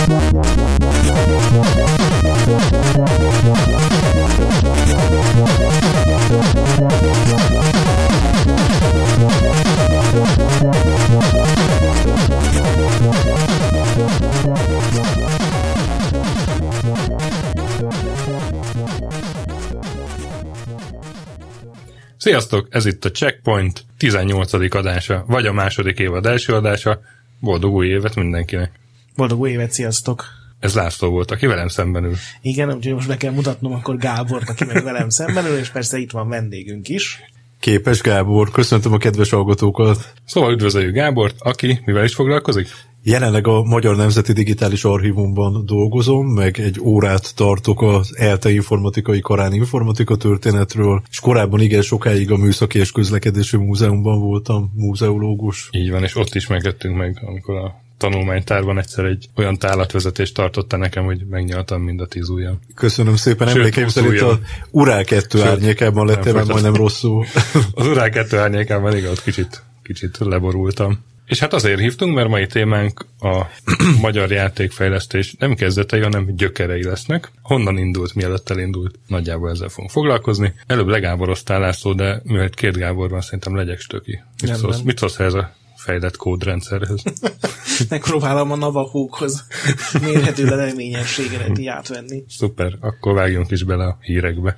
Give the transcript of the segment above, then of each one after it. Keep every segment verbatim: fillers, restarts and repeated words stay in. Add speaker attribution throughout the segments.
Speaker 1: Sziasztok, ez itt a Checkpoint tizennyolcadik adása, vagy a második évad első adása. Boldog új évet mindenkinek.
Speaker 2: Boldog új évet, sziasztok.
Speaker 1: Ez László volt, aki velem szemben ül.
Speaker 2: Igen, úgyhogy most be kell mutatnom akkor Gábort, aki meg velem szemben ül, és persze itt van vendégünk is.
Speaker 3: Képes Gábor, köszöntöm a kedves hallgatókat.
Speaker 1: Szóval üdvözöljük Gábort, aki mivel is foglalkozik?
Speaker 3: Jelenleg a Magyar Nemzeti Digitális Archívumban dolgozom, meg egy órát tartok az é el té informatikai karán informatika történetről, és korábban igen sokáig a Műszaki és Közlekedési Múzeumban voltam múzeológus.
Speaker 1: Így van, és ott is meglettünk meg, amikor a tanulmánytárban egyszer egy olyan tálatvezetést tartotta nekem, hogy megnyaltam mind a tíz ujjam.
Speaker 3: Köszönöm szépen, emlékeim szerint a Urál kettő árnyékában lettél, mert majdnem rosszul.
Speaker 1: Az Urál kettő árnyékában igen, ott kicsit, kicsit leborultam. És hát azért hívtunk, mert mai témánk a magyar játékfejlesztés nem kezdetei, hanem gyökerei lesznek. Honnan indult, mielőtt elindult, nagyjából ezzel fogunk foglalkozni. Előbb legáboroztál, László, de mivel két Gábor van, szerintem legyek stöki. Mit szólsz, mit szólsz ez a fejlett kódrendszerhez?
Speaker 2: Megpróbálom a navahókhoz mérhető eredményességet így átvenni.
Speaker 1: Szuper, akkor vágjunk is bele a hírekbe.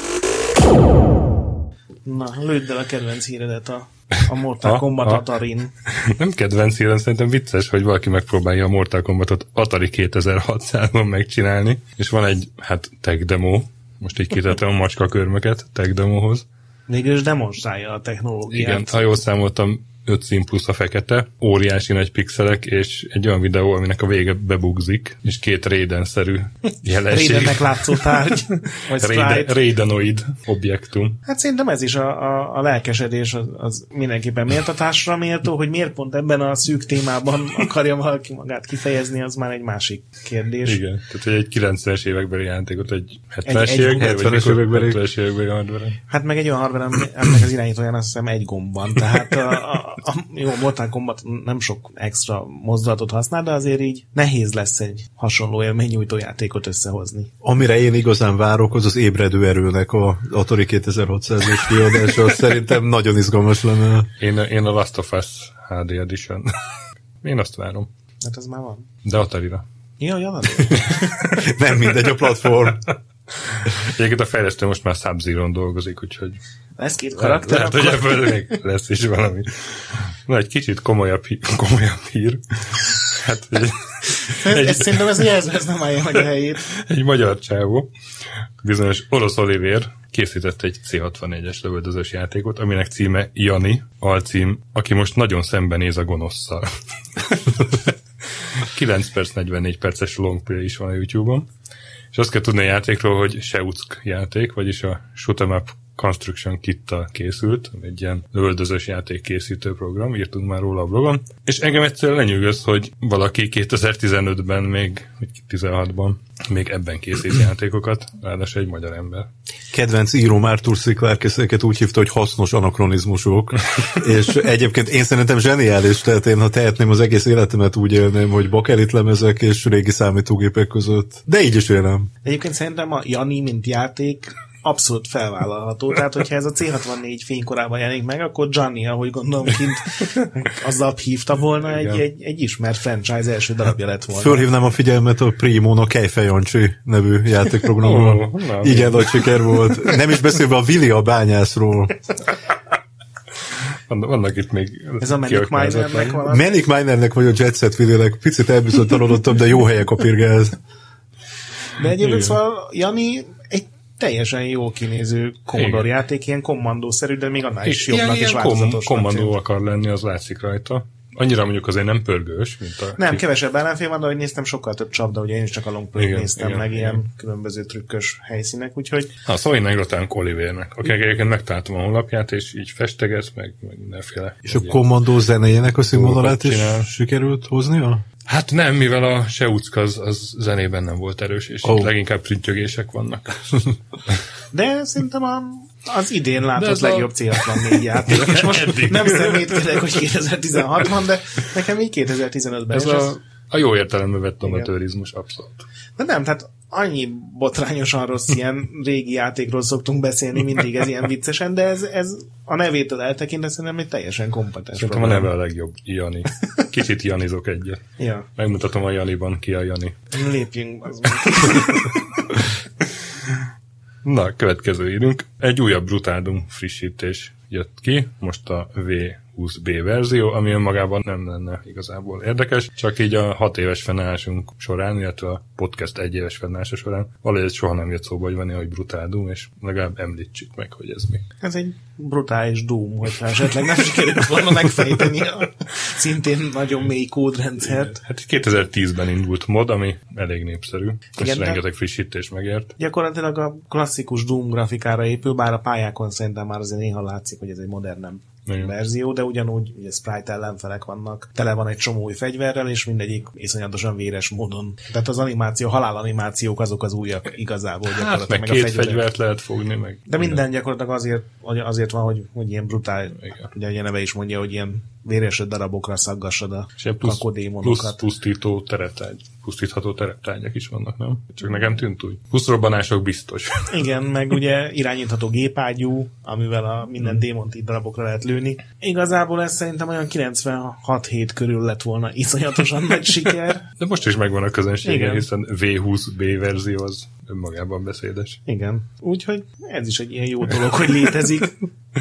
Speaker 2: Na, lőd el a kedvenc híredet, a, a Mortal Kombat a, Atarin.
Speaker 1: Nem kedvenc hírem, szerintem vicces, hogy valaki megpróbálja a Mortal Kombatot Atari kétezer-hatszázban megcsinálni, és van egy, hát, tech demo, most így kitettem a macskakörmöket tech demohoz.
Speaker 2: Mégis demonstrálja a technológiát.
Speaker 1: Igen, ha jól számoltam, öt szín plusz a fekete, óriási nagy pixelek, és egy olyan videó, aminek a vége bebugzik, és két Raiden-szerű jelenség.
Speaker 2: Raidennek látszó tárgy.
Speaker 1: Raiden, Raidenoid objektum.
Speaker 2: Hát szerintem ez is a, a, a lelkesedés az, az mindenképpen méltatásra méltó, hogy miért pont ebben a szűk témában akarja valaki magát kifejezni, az már egy másik kérdés.
Speaker 1: Igen, tehát hogy egy kilencvenes évekbeli játékot, egy hetvenes
Speaker 2: egy,
Speaker 1: évekbeli,
Speaker 3: hetvenes évekbeli.
Speaker 1: hetvenes évekbeli hardware.
Speaker 2: Hát meg egy olyan hardware, ennek az irányítóján azt hiszem egy gombban, tehát a, a A, jó, Mortal Kombat nem sok extra mozdulatot használ, de azért így nehéz lesz egy hasonló élménynyújtó játékot összehozni.
Speaker 3: Amire én igazán várok, az az ébredő erőnek a Atari kétezer-hatszázas kiadása, szerintem nagyon izgalmas lenne.
Speaker 1: Én, én a Last of Us há dé Edition. Én azt várom.
Speaker 2: Hát ez már van.
Speaker 1: De Atarira.
Speaker 2: Ja, ja,
Speaker 3: nem mindegy a platform.
Speaker 1: Egyébként a fejlesztő most már Sub-Zero-n dolgozik, úgyhogy
Speaker 2: lesz két karakter,
Speaker 1: lehet, hogy ebből még lesz is valami. Na, egy kicsit komolyabb, komolyabb hír. Hát, egy,
Speaker 2: ez,
Speaker 1: egy,
Speaker 2: ez szerintem ez jelző, ez nem állja meg a helyét.
Speaker 1: Egy magyar csávó, bizonyos Orosz Olivér készített egy cé hatvannégyes lövöldözős játékot, aminek címe Jani, alcím, aki most nagyon szembenéz a gonoszszal. kilenc perc, negyvennégy perces longplay is van a YouTube-on. És azt kell tudni a játékról, hogy Seuck játék, vagyis a Shoot'em Up Construction Kit-tal készült, egy ilyen lövöldözős játék készítő program, írtunk már róla a blogon, és engem egyszerűen lenyűgöz, hogy valaki kétezer-tizenötben, még tizenhatban még ebben készít játékokat, ráadásul egy magyar ember.
Speaker 3: Kedvenc íróm Arthur C. Clarke ezeket úgy hívta, hogy hasznos anakronizmusok, és egyébként én szerintem zseniális, tehát én ha tehetném az egész életemet úgy élném, hogy bakelit lemezek és régi számítógépek között, de így is élem.
Speaker 2: Egyébként szerintem a Jani, mint játék abszolút felvállalható. Tehát, hogyha ez a cé hatvannégy fénykorában jelenik meg, akkor Gianni, ahogy gondolom, kint azzal hívta volna, egy, egy, egy ismert franchise első darabja lett volna.
Speaker 3: Fölhívnám a figyelmet a Primónak Kejfej Jancsi nevű játékprogramról. Oh, igen, nagy siker volt. Nem is beszélve a Willy a bányászról.
Speaker 1: Vannak itt még...
Speaker 2: Ez a Manic Minernek valami?
Speaker 3: Manic Minernek vagy a Jet Set Willynek. Picit elbizonytalanodtam, de jó helyek a pirgáz.
Speaker 2: De egyébként szóval Jani egy teljesen jó kinéző Commodore játék, ilyen kommandószerű, de még annál is jobbnak és változatosnak.
Speaker 1: Kommandó akar lenni, az látszik rajta. Annyira mondjuk azért nem pörgős, mint a...
Speaker 2: Nem, kevesebb ellenfél van, de ahogy néztem, sokkal több csapda, ugye én is csak a longplay néztem igen, meg igen. Ilyen különböző trükkös helyszínek, úgyhogy...
Speaker 1: Ha, szóval én gratulálok Olivérnek, akinek egyébként megtaláltam a honlapját, és így festeget, meg, meg mindenféle...
Speaker 3: És a kommandó zenéjének a színvonalát is sikerült hoznia?
Speaker 1: Hát nem, mivel a Seuck az, az zenében nem volt erős, és oh. leginkább printjögések vannak.
Speaker 2: De szerintem a, az idén látott legjobb cé hatvannégy játék. És most nem szemétkedek, hogy kétezer-tizenhatban, de nekem így kétezer-tizenötben.
Speaker 1: Ez a A jó értelemben vett amatőrizmus, abszolút.
Speaker 2: De nem, tehát annyi botrányosan rossz ilyen régi játékról szoktunk beszélni, mindig ez ilyen viccesen, de ez, ez a nevétől eltekintve szerintem egy teljesen kompetens.
Speaker 1: Szerintem a neve a legjobb, Jani. Kicsit janizok egyet.
Speaker 2: Ja.
Speaker 1: Megmutatom a Janiban, ki a Jani.
Speaker 2: Lépjünk. Az
Speaker 1: Na, következő írunk. Egy újabb Brutaldum frissítés jött ki, most a vé húsz bé verzió, ami önmagában nem lenne igazából érdekes, csak így a hat éves fennállásunk során, illetve a podcast egy éves fennállása során valahogy soha nem jött szóba, hogy van ilyen, hogy Brutaldum, és legalább említsük meg, hogy ez mi.
Speaker 2: Ez egy brutális Doom, hogyha esetleg nem sikerült volna megfejteni a szintén nagyon mély kódrendszert.
Speaker 1: Hát kétezer-tízben indult mod, ami elég népszerű, és
Speaker 2: igen,
Speaker 1: rengeteg frissítés megért.
Speaker 2: Gyakorlatilag a klasszikus Doom grafikára épül, bár a pályákon szerintem már azért néha látszik, hogy ez egy modernebb igen. verzió, de ugyanúgy ugye sprite ellenfelek vannak, tele van egy csomó új fegyverrel, és mindegyik iszonyatosan véres módon. Tehát az animáció, halálanimációk azok az újak igazából.
Speaker 1: Hát meg, meg két fegyvert. fegyvert lehet fogni. Meg
Speaker 2: de minden gyakorlatilag azért, azért van, hogy, hogy ilyen brutál, igen. ugye a neve is mondja, hogy ilyen véresöd darabokra szaggassad a kakodémonokat.
Speaker 1: Plusz pusztító tereptárgy, pusztítható tereptárgyak is vannak, nem? Csak nekem tűnt úgy. Puszrobbanások biztos.
Speaker 2: Igen, meg ugye irányítható gépágyú, amivel a minden démont így darabokra lehet lőni. Igazából ez szerintem olyan kilencvenhat hét körül lett volna iszonyatosan nagy siker.
Speaker 1: De most is megvan a közönsége, hiszen vé húsz bé verzió az önmagában beszédes.
Speaker 2: Igen. Úgyhogy ez is egy ilyen jó dolog, hogy létezik.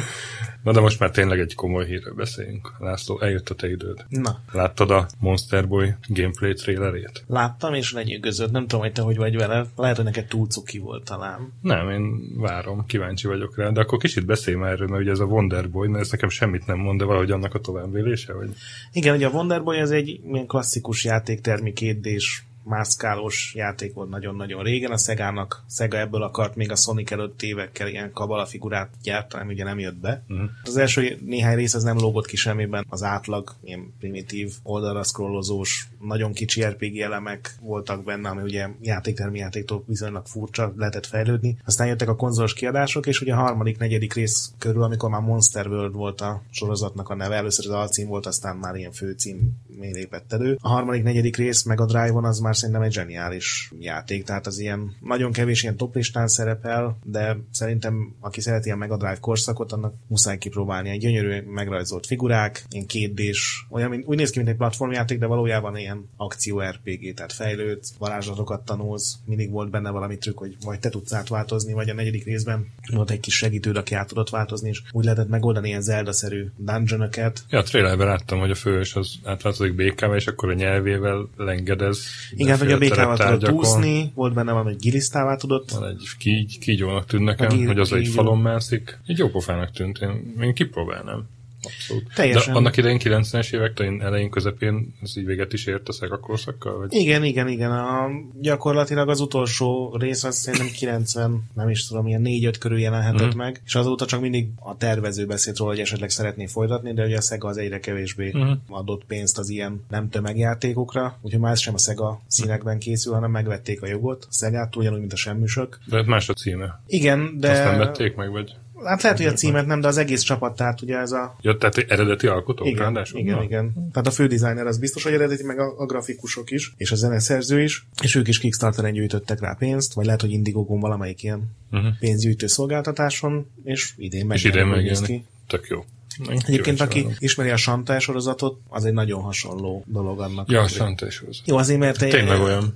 Speaker 1: Na de most már tényleg egy komoly hírről beszéljünk. László, eljött a te időd.
Speaker 2: Na.
Speaker 1: Láttad a Monster Boy gameplay trailerét?
Speaker 2: Láttam, és lenyűgözött. Nem tudom, hogy te hogy vagy vele. Lehet, hogy neked túl cuki volt talán.
Speaker 1: Nem, én várom, kíváncsi vagyok rá. De akkor kicsit beszélj már erről, mert ugye ez a Wonder Boy, mert ez nekem semmit nem mond, de valahogy annak a továbbélése, vagy?
Speaker 2: Igen, ugye a Wonder Boy ez egy ilyen klasszikus játéktermi két dés mászkálós játék volt nagyon-nagyon régen. A Segának, Sega ebből akart még a Sonic előtt évekkel ilyen kabala figurát gyártani, ugye nem jött be. Uh-huh. Az első néhány rész az nem lógott ki semmiben. Az átlag, ilyen primitív, oldalra scrollozós, nagyon kicsi er pé gé elemek voltak benne, ami ugye játéktermi játéktól viszonylag furcsa, lehetett fejlődni. Aztán jöttek a konzolos kiadások, és ugye a harmadik, negyedik rész körül, amikor már Monster World volt a sorozatnak a neve, először az alcím volt, aztán már ilyen főcím lépett elő. A harmadik, negyedik rész meg a Drive-on az már szerintem egy zseniális játék, tehát az ilyen nagyon kevés ilyen toplistán szerepel, de szerintem aki szereti a Mega Drive korszakot, annak muszáj kipróbálni. Egy gyönyörű megrajzolt figurák, ilyen kétdés, olyan, mint, úgy néz ki, mint egy platformjáték, de valójában ilyen akció er pé gé, tehát fejlődsz, varázslatokat tanulsz, mindig volt benne valami trükk, hogy vagy te tudsz átváltozni, vagy a negyedik részben volt egy kis segítőd, aki át tudott változni, és úgy lehetett megoldani ilyen Zelda-szerű dungeonöket.
Speaker 1: Ja, a trailerben láttam, hogy a fős az átváltozik békával, és akkor a nyelvével lengedez.
Speaker 2: Igen, hogy a békával tudott úszni, volt benne valami, hogy gilisztává tudott.
Speaker 1: Van egy kígy, kígyónak tűnt nekem, gil, hogy az egy falon mászik. Egy jó pofának tűnt, én, én kipróbálnám. Abszolút.
Speaker 2: Teljesen.
Speaker 1: De annak idején kilencvenes évek elején közepén ez így véget is ért a Sega korszakkal? Vagy?
Speaker 2: Igen, igen, igen. A, gyakorlatilag az utolsó rész az szerintem kilencven, nem is tudom, ilyen négy-öt körül jelenhetett mm. meg, és azóta csak mindig a tervező beszélt róla, hogy esetleg szeretné folytatni, de ugye a Sega az egyre kevésbé mm. adott pénzt az ilyen nem tömegjátékokra, úgyhogy már ez sem a Sega színekben készül, hanem megvették a jogot a Segától, ugyanúgy, mint a semműsök.
Speaker 1: De más a címe.
Speaker 2: Igen, de...
Speaker 1: Azt nem vették meg, vagy...
Speaker 2: Hát lehet, hogy a címet nem, de az egész csapat, tehát ugye ez a...
Speaker 1: Ja, tehát eredeti alkotók,
Speaker 2: igen,
Speaker 1: ráadásul?
Speaker 2: Igen,
Speaker 1: na.
Speaker 2: igen. Tehát a fődesigner az biztos, hogy eredeti, meg a, a grafikusok is, és a zeneszerző is, és ők is Kickstarteren gyűjtöttek rá pénzt, vagy lehet, hogy Indiegogon valamelyik ilyen uh-huh. pénzgyűjtő szolgáltatáson, és idén megjelenik ki.
Speaker 1: Tök jó.
Speaker 2: Egyébként, aki várom. Ismeri a Shantae sorozatot, az egy nagyon hasonló dolog annak.
Speaker 1: Ja, a Shantae sorozat.
Speaker 2: Jó, azért, mert te...
Speaker 1: Tényleg olyan.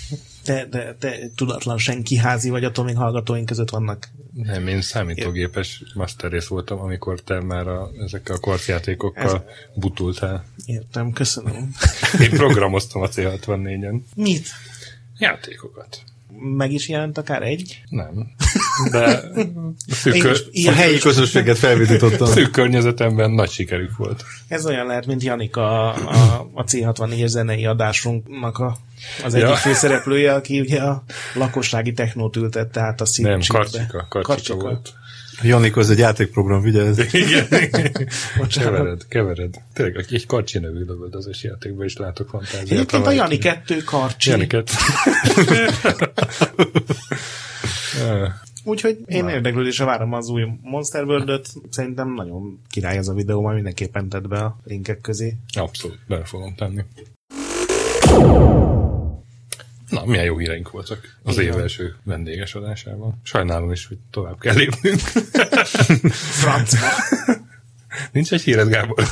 Speaker 2: Te, te, te tudatlan senki házi vagy, attól még hallgatóink között vannak.
Speaker 1: Nem, én számítógépes masterész voltam, amikor te már a, ezekkel a korcjátékokkal Ez... butultál.
Speaker 2: Értem, köszönöm.
Speaker 1: Én programoztam a cé hatvannégyen.
Speaker 2: Mit?
Speaker 1: Játékokat.
Speaker 2: Meg is jelent akár egy?
Speaker 1: Nem. De szűk, kör...
Speaker 3: a helyi közösséget felvidítottam.
Speaker 1: Szűk környezetemben nagy sikerük volt.
Speaker 2: Ez olyan lehet, mint Janika a, a, a cé hatvannégyes zenei adásunknak a, az egyik ja. főszereplője, aki ugye a lakossági technót ültette át a szívcsipbe.
Speaker 1: Nem, Karcsika, Karcsika, Karcsika volt.
Speaker 3: Janika, ez egy játékprogram, vigyázz.
Speaker 1: Igen. kevered, kevered. Tényleg, egy Karcsi nevű lövöldözős játékban is látok fantáziát.
Speaker 2: Egyébként a Jani kettő Karcsi.
Speaker 1: Jani kettő.
Speaker 2: Úgyhogy én érdeklődésre várom az új Monster World-öt. Szerintem nagyon király ez a videó, majd mindenképpen tedd be a linkek közé.
Speaker 1: Abszolút, bele fogom tenni. Na, milyen jó híreink voltak az év első vendéges adásában. Sajnálom is, hogy tovább kell lépnünk.
Speaker 2: Francba.
Speaker 1: Nincs egy híred, Gábor?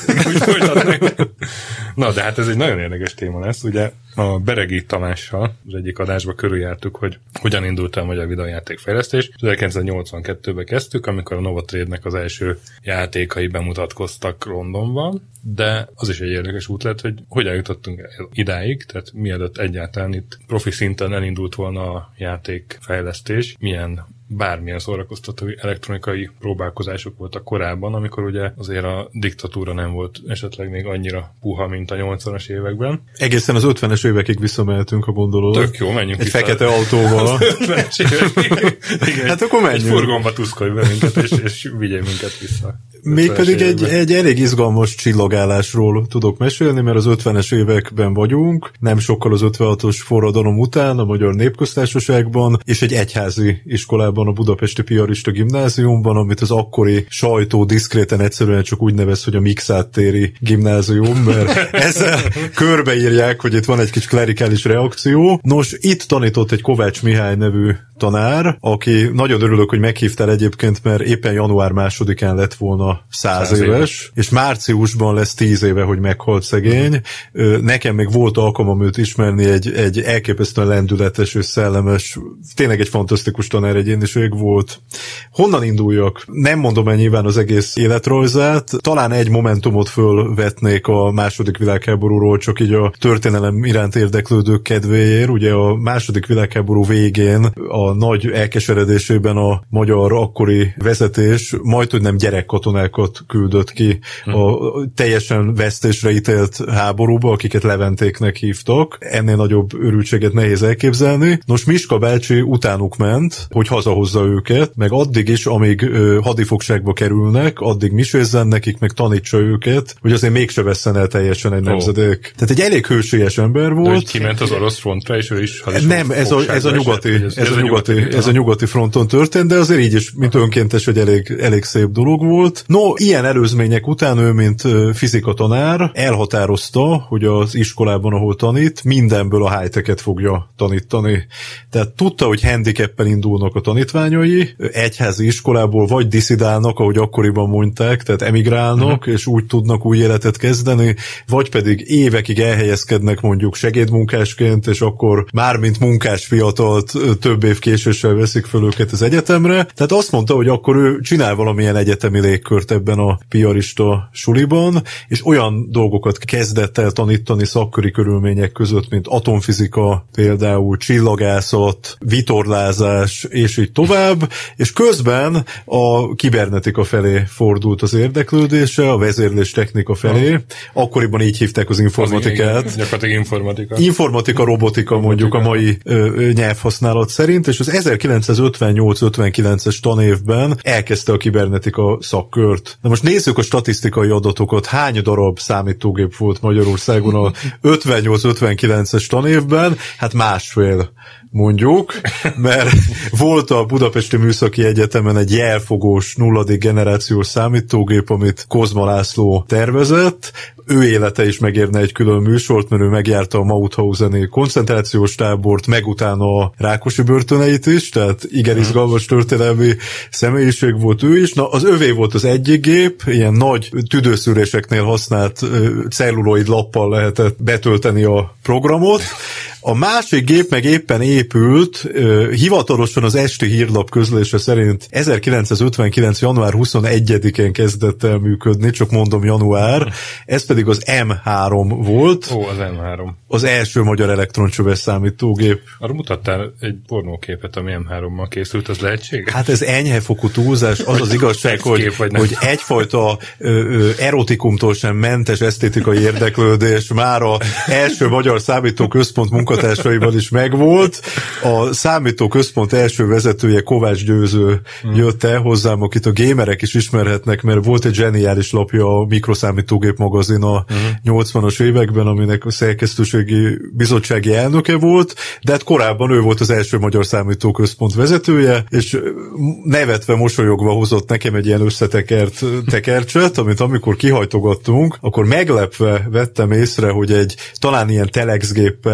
Speaker 1: Na, de hát ez egy nagyon érdekes téma lesz. Ugye a Beregi Tamással az egyik adásba körüljártuk, hogy hogyan indult el a magyar videójátékfejlesztés. ezerkilencszáznyolcvankettőben kezdtük, amikor a Novatrade-nek az első játékai bemutatkoztak Londonban, de az is egy érdekes út lett, hogy hogyan jutottunk idáig, tehát mielőtt egyáltalán itt profi szinten elindult volna a játékfejlesztés, milyen bármilyen szórakoztató elektronikai próbálkozások voltak korábban, amikor ugye azért a diktatúra nem volt esetleg még annyira puha, mint a nyolcvanas években.
Speaker 3: Egészen az ötvenes évekig visszamehetünk, ha gondolod.
Speaker 1: Tök jó, menjünk
Speaker 3: egy
Speaker 1: vissza.
Speaker 3: Egy fekete autóval.
Speaker 1: Az ötvenes évekig. Igen,
Speaker 3: hát akkor menjünk.
Speaker 1: Egy furgonba tuszkolj be minket, és, és vigyél minket vissza.
Speaker 3: Mégpedig egy, egy elég izgalmas csillagálásról tudok mesélni, mert az ötvenes években vagyunk, nem sokkal az ötvenhatos forradalom után a Magyar Népköztársaságban, és egy egyházi iskolában, a Budapesti Piarista Gimnáziumban, amit az akkori sajtó diszkréten egyszerűen csak úgy nevez, hogy a Mikszáth-téri gimnázium, mert ezzel körbeírják, hogy itt van egy kis klerikális reakció. Nos, itt tanított egy Kovács Mihály nevű tanár, aki nagyon örülök, hogy meghívtál egyébként, mert éppen január másodikán lett volna száz éves, és márciusban lesz tíz éve, hogy meghalt szegény. Nekem még volt alkalmam őt ismerni, egy, egy elképesztően lendületes és szellemes, tényleg egy fantasztikus tanár egyéniség volt. Honnan induljak? Nem mondom el nyilván az egész életrajzát, talán egy momentumot fölvetnék a második világháborúról, csak így a történelem iránt érdeklődők kedvéért. Ugye a második világháború végén a nagy elkeseredésében a magyar akkori vezetés majdhogy nem gyerekkatonákat küldött ki a teljesen vesztésre ítélt háborúba, akiket Leventéknek hívtak. Ennél nagyobb örültséget nehéz elképzelni. Nos, Miska bácsi utánuk ment, hogy hazahozza őket, meg addig is, amíg ö, hadifogságba kerülnek, addig misézzen nekik, meg tanítsa őket, hogy azért mégse vesszen el teljesen egy nemzedék. Oh. Tehát egy elég hősies ember volt. De hogy
Speaker 1: kiment az orosz frontra, és ő is
Speaker 3: nem, ez a, ez a nyugati, ez, ez, ez, a nyugati, nyugati ez a nyugati fronton történt, de azért így is, mint önkéntes, hogy elég, elég szép dolog volt. No, ilyen előzmények után ő, mint fizikatanár, elhatározta, hogy az iskolában, ahol tanít, mindenből a high-tech-et fogja tanítani. Tehát tudta, hogy handicappen indulnak a tanítványai, egyházi iskolából vagy diszidálnak, ahogy akkoriban mondták, tehát emigrálnak, uh-huh. és úgy tudnak új életet kezdeni, vagy pedig évekig elhelyezkednek mondjuk segédmunkásként, és akkor már mint munkás fiatalt több év késéssel veszik föl őket az egyetemre. Tehát azt mondta, hogy akkor ő csinál valamilyen egyetemi légkört ebben a piarista suliban, és olyan dolgokat kezdett el tanítani szakköri körülmények között, mint atomfizika, például csillagászat, vitorlázás, és így tovább, és közben a kibernetika felé fordult az érdeklődése, a vezérlés technika felé. Akkoriban így hívták az informatikát.
Speaker 1: Az gyakorlatilag informatika.
Speaker 3: Informatika, robotika, robotika mondjuk a mai ö, nyelvhasználat szerint, és az ezerkilencszázötvennyolc ötvenkilences tanévben elkezdte a kibernetika szakkört. Na most nézzük a statisztikai adatokat, hány darab számítógép volt Magyarországon a ötvennyolc ötvenkilences tanévben? Hát másfél, mondjuk, mert volt a Budapesti Műszaki Egyetemen egy jelfogós nulladik generációs számítógép, amit Kozma László tervezett. Ő élete is megérne egy külön műsort, mert ő megjárta a Mauthauseni koncentrációs tábort, meg utána a Rákosi börtöneit is, tehát igen izgalmas történelmi személyiség volt ő is. Na, az övé volt az egyik gép, ilyen nagy tüdőszűréseknél használt celluloid lappal lehetett betölteni a programot. A másik gép meg éppen épült, hivatalosan az Esti Hírlap közlése szerint ezerkilencszázötvenkilenc január huszonegyedikén kezdett el működni, csak mondom január, ez pedig az em három volt.
Speaker 1: Ó, az em három.
Speaker 3: Az első magyar elektroncsöves számítógép.
Speaker 1: Arra mutattál egy pornóképet, ami em hárommal készült, az lehetséges?
Speaker 3: Hát ez enyhe fokú túlzás, az az igazság, hogy, hogy egyfajta ö, ö, erotikumtól sem mentes esztétikai érdeklődés már az első magyar számítóközpont munkatársaival is megvolt. A számítóközpont első vezetője Kovács Győző hmm. jött el hozzám, akit a gamerek is ismerhetnek, mert volt egy zseniális lapja, a Mikroszámítógép magazin a hmm. nyolcvanas években, aminek a szerkesztőségi bizottsági elnöke volt, de hát korábban ő volt az első magyar számítóközpont vezetője, és nevetve, mosolyogva hozott nekem egy ilyen összetekert tekercset, amit amikor kihajtogattunk, akkor meglepve vettem észre, hogy egy talán ilyen telexgéppel nyomtatott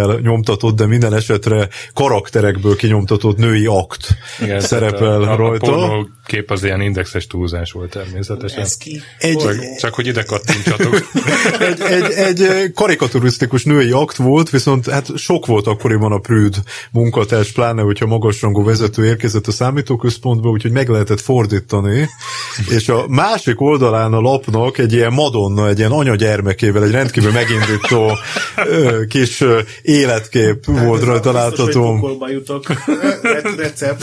Speaker 3: kinyomtatott, de minden esetre karakterekből kinyomtatott női akt igen, szerepel a, rajta. A pornó
Speaker 1: kép az ilyen indexes túlzás volt természetesen.
Speaker 2: Ez ki?
Speaker 3: Egy,
Speaker 1: csak, csak hogy ide kattintsatok.
Speaker 3: egy, egy, egy karikaturisztikus női akt volt, viszont hát sok volt akkoriban a prűd munkatárs, pláne, hogyha magasrangú vezető érkezett a számítóközpontba, úgyhogy meg lehetett fordítani, és a másik oldalán a lapnak egy ilyen Madonna, egy ilyen anyagyermekével, egy rendkívül megindító ö, kis ö, életkép hát volt rajta látható.
Speaker 2: Pokolba jutok. Recept.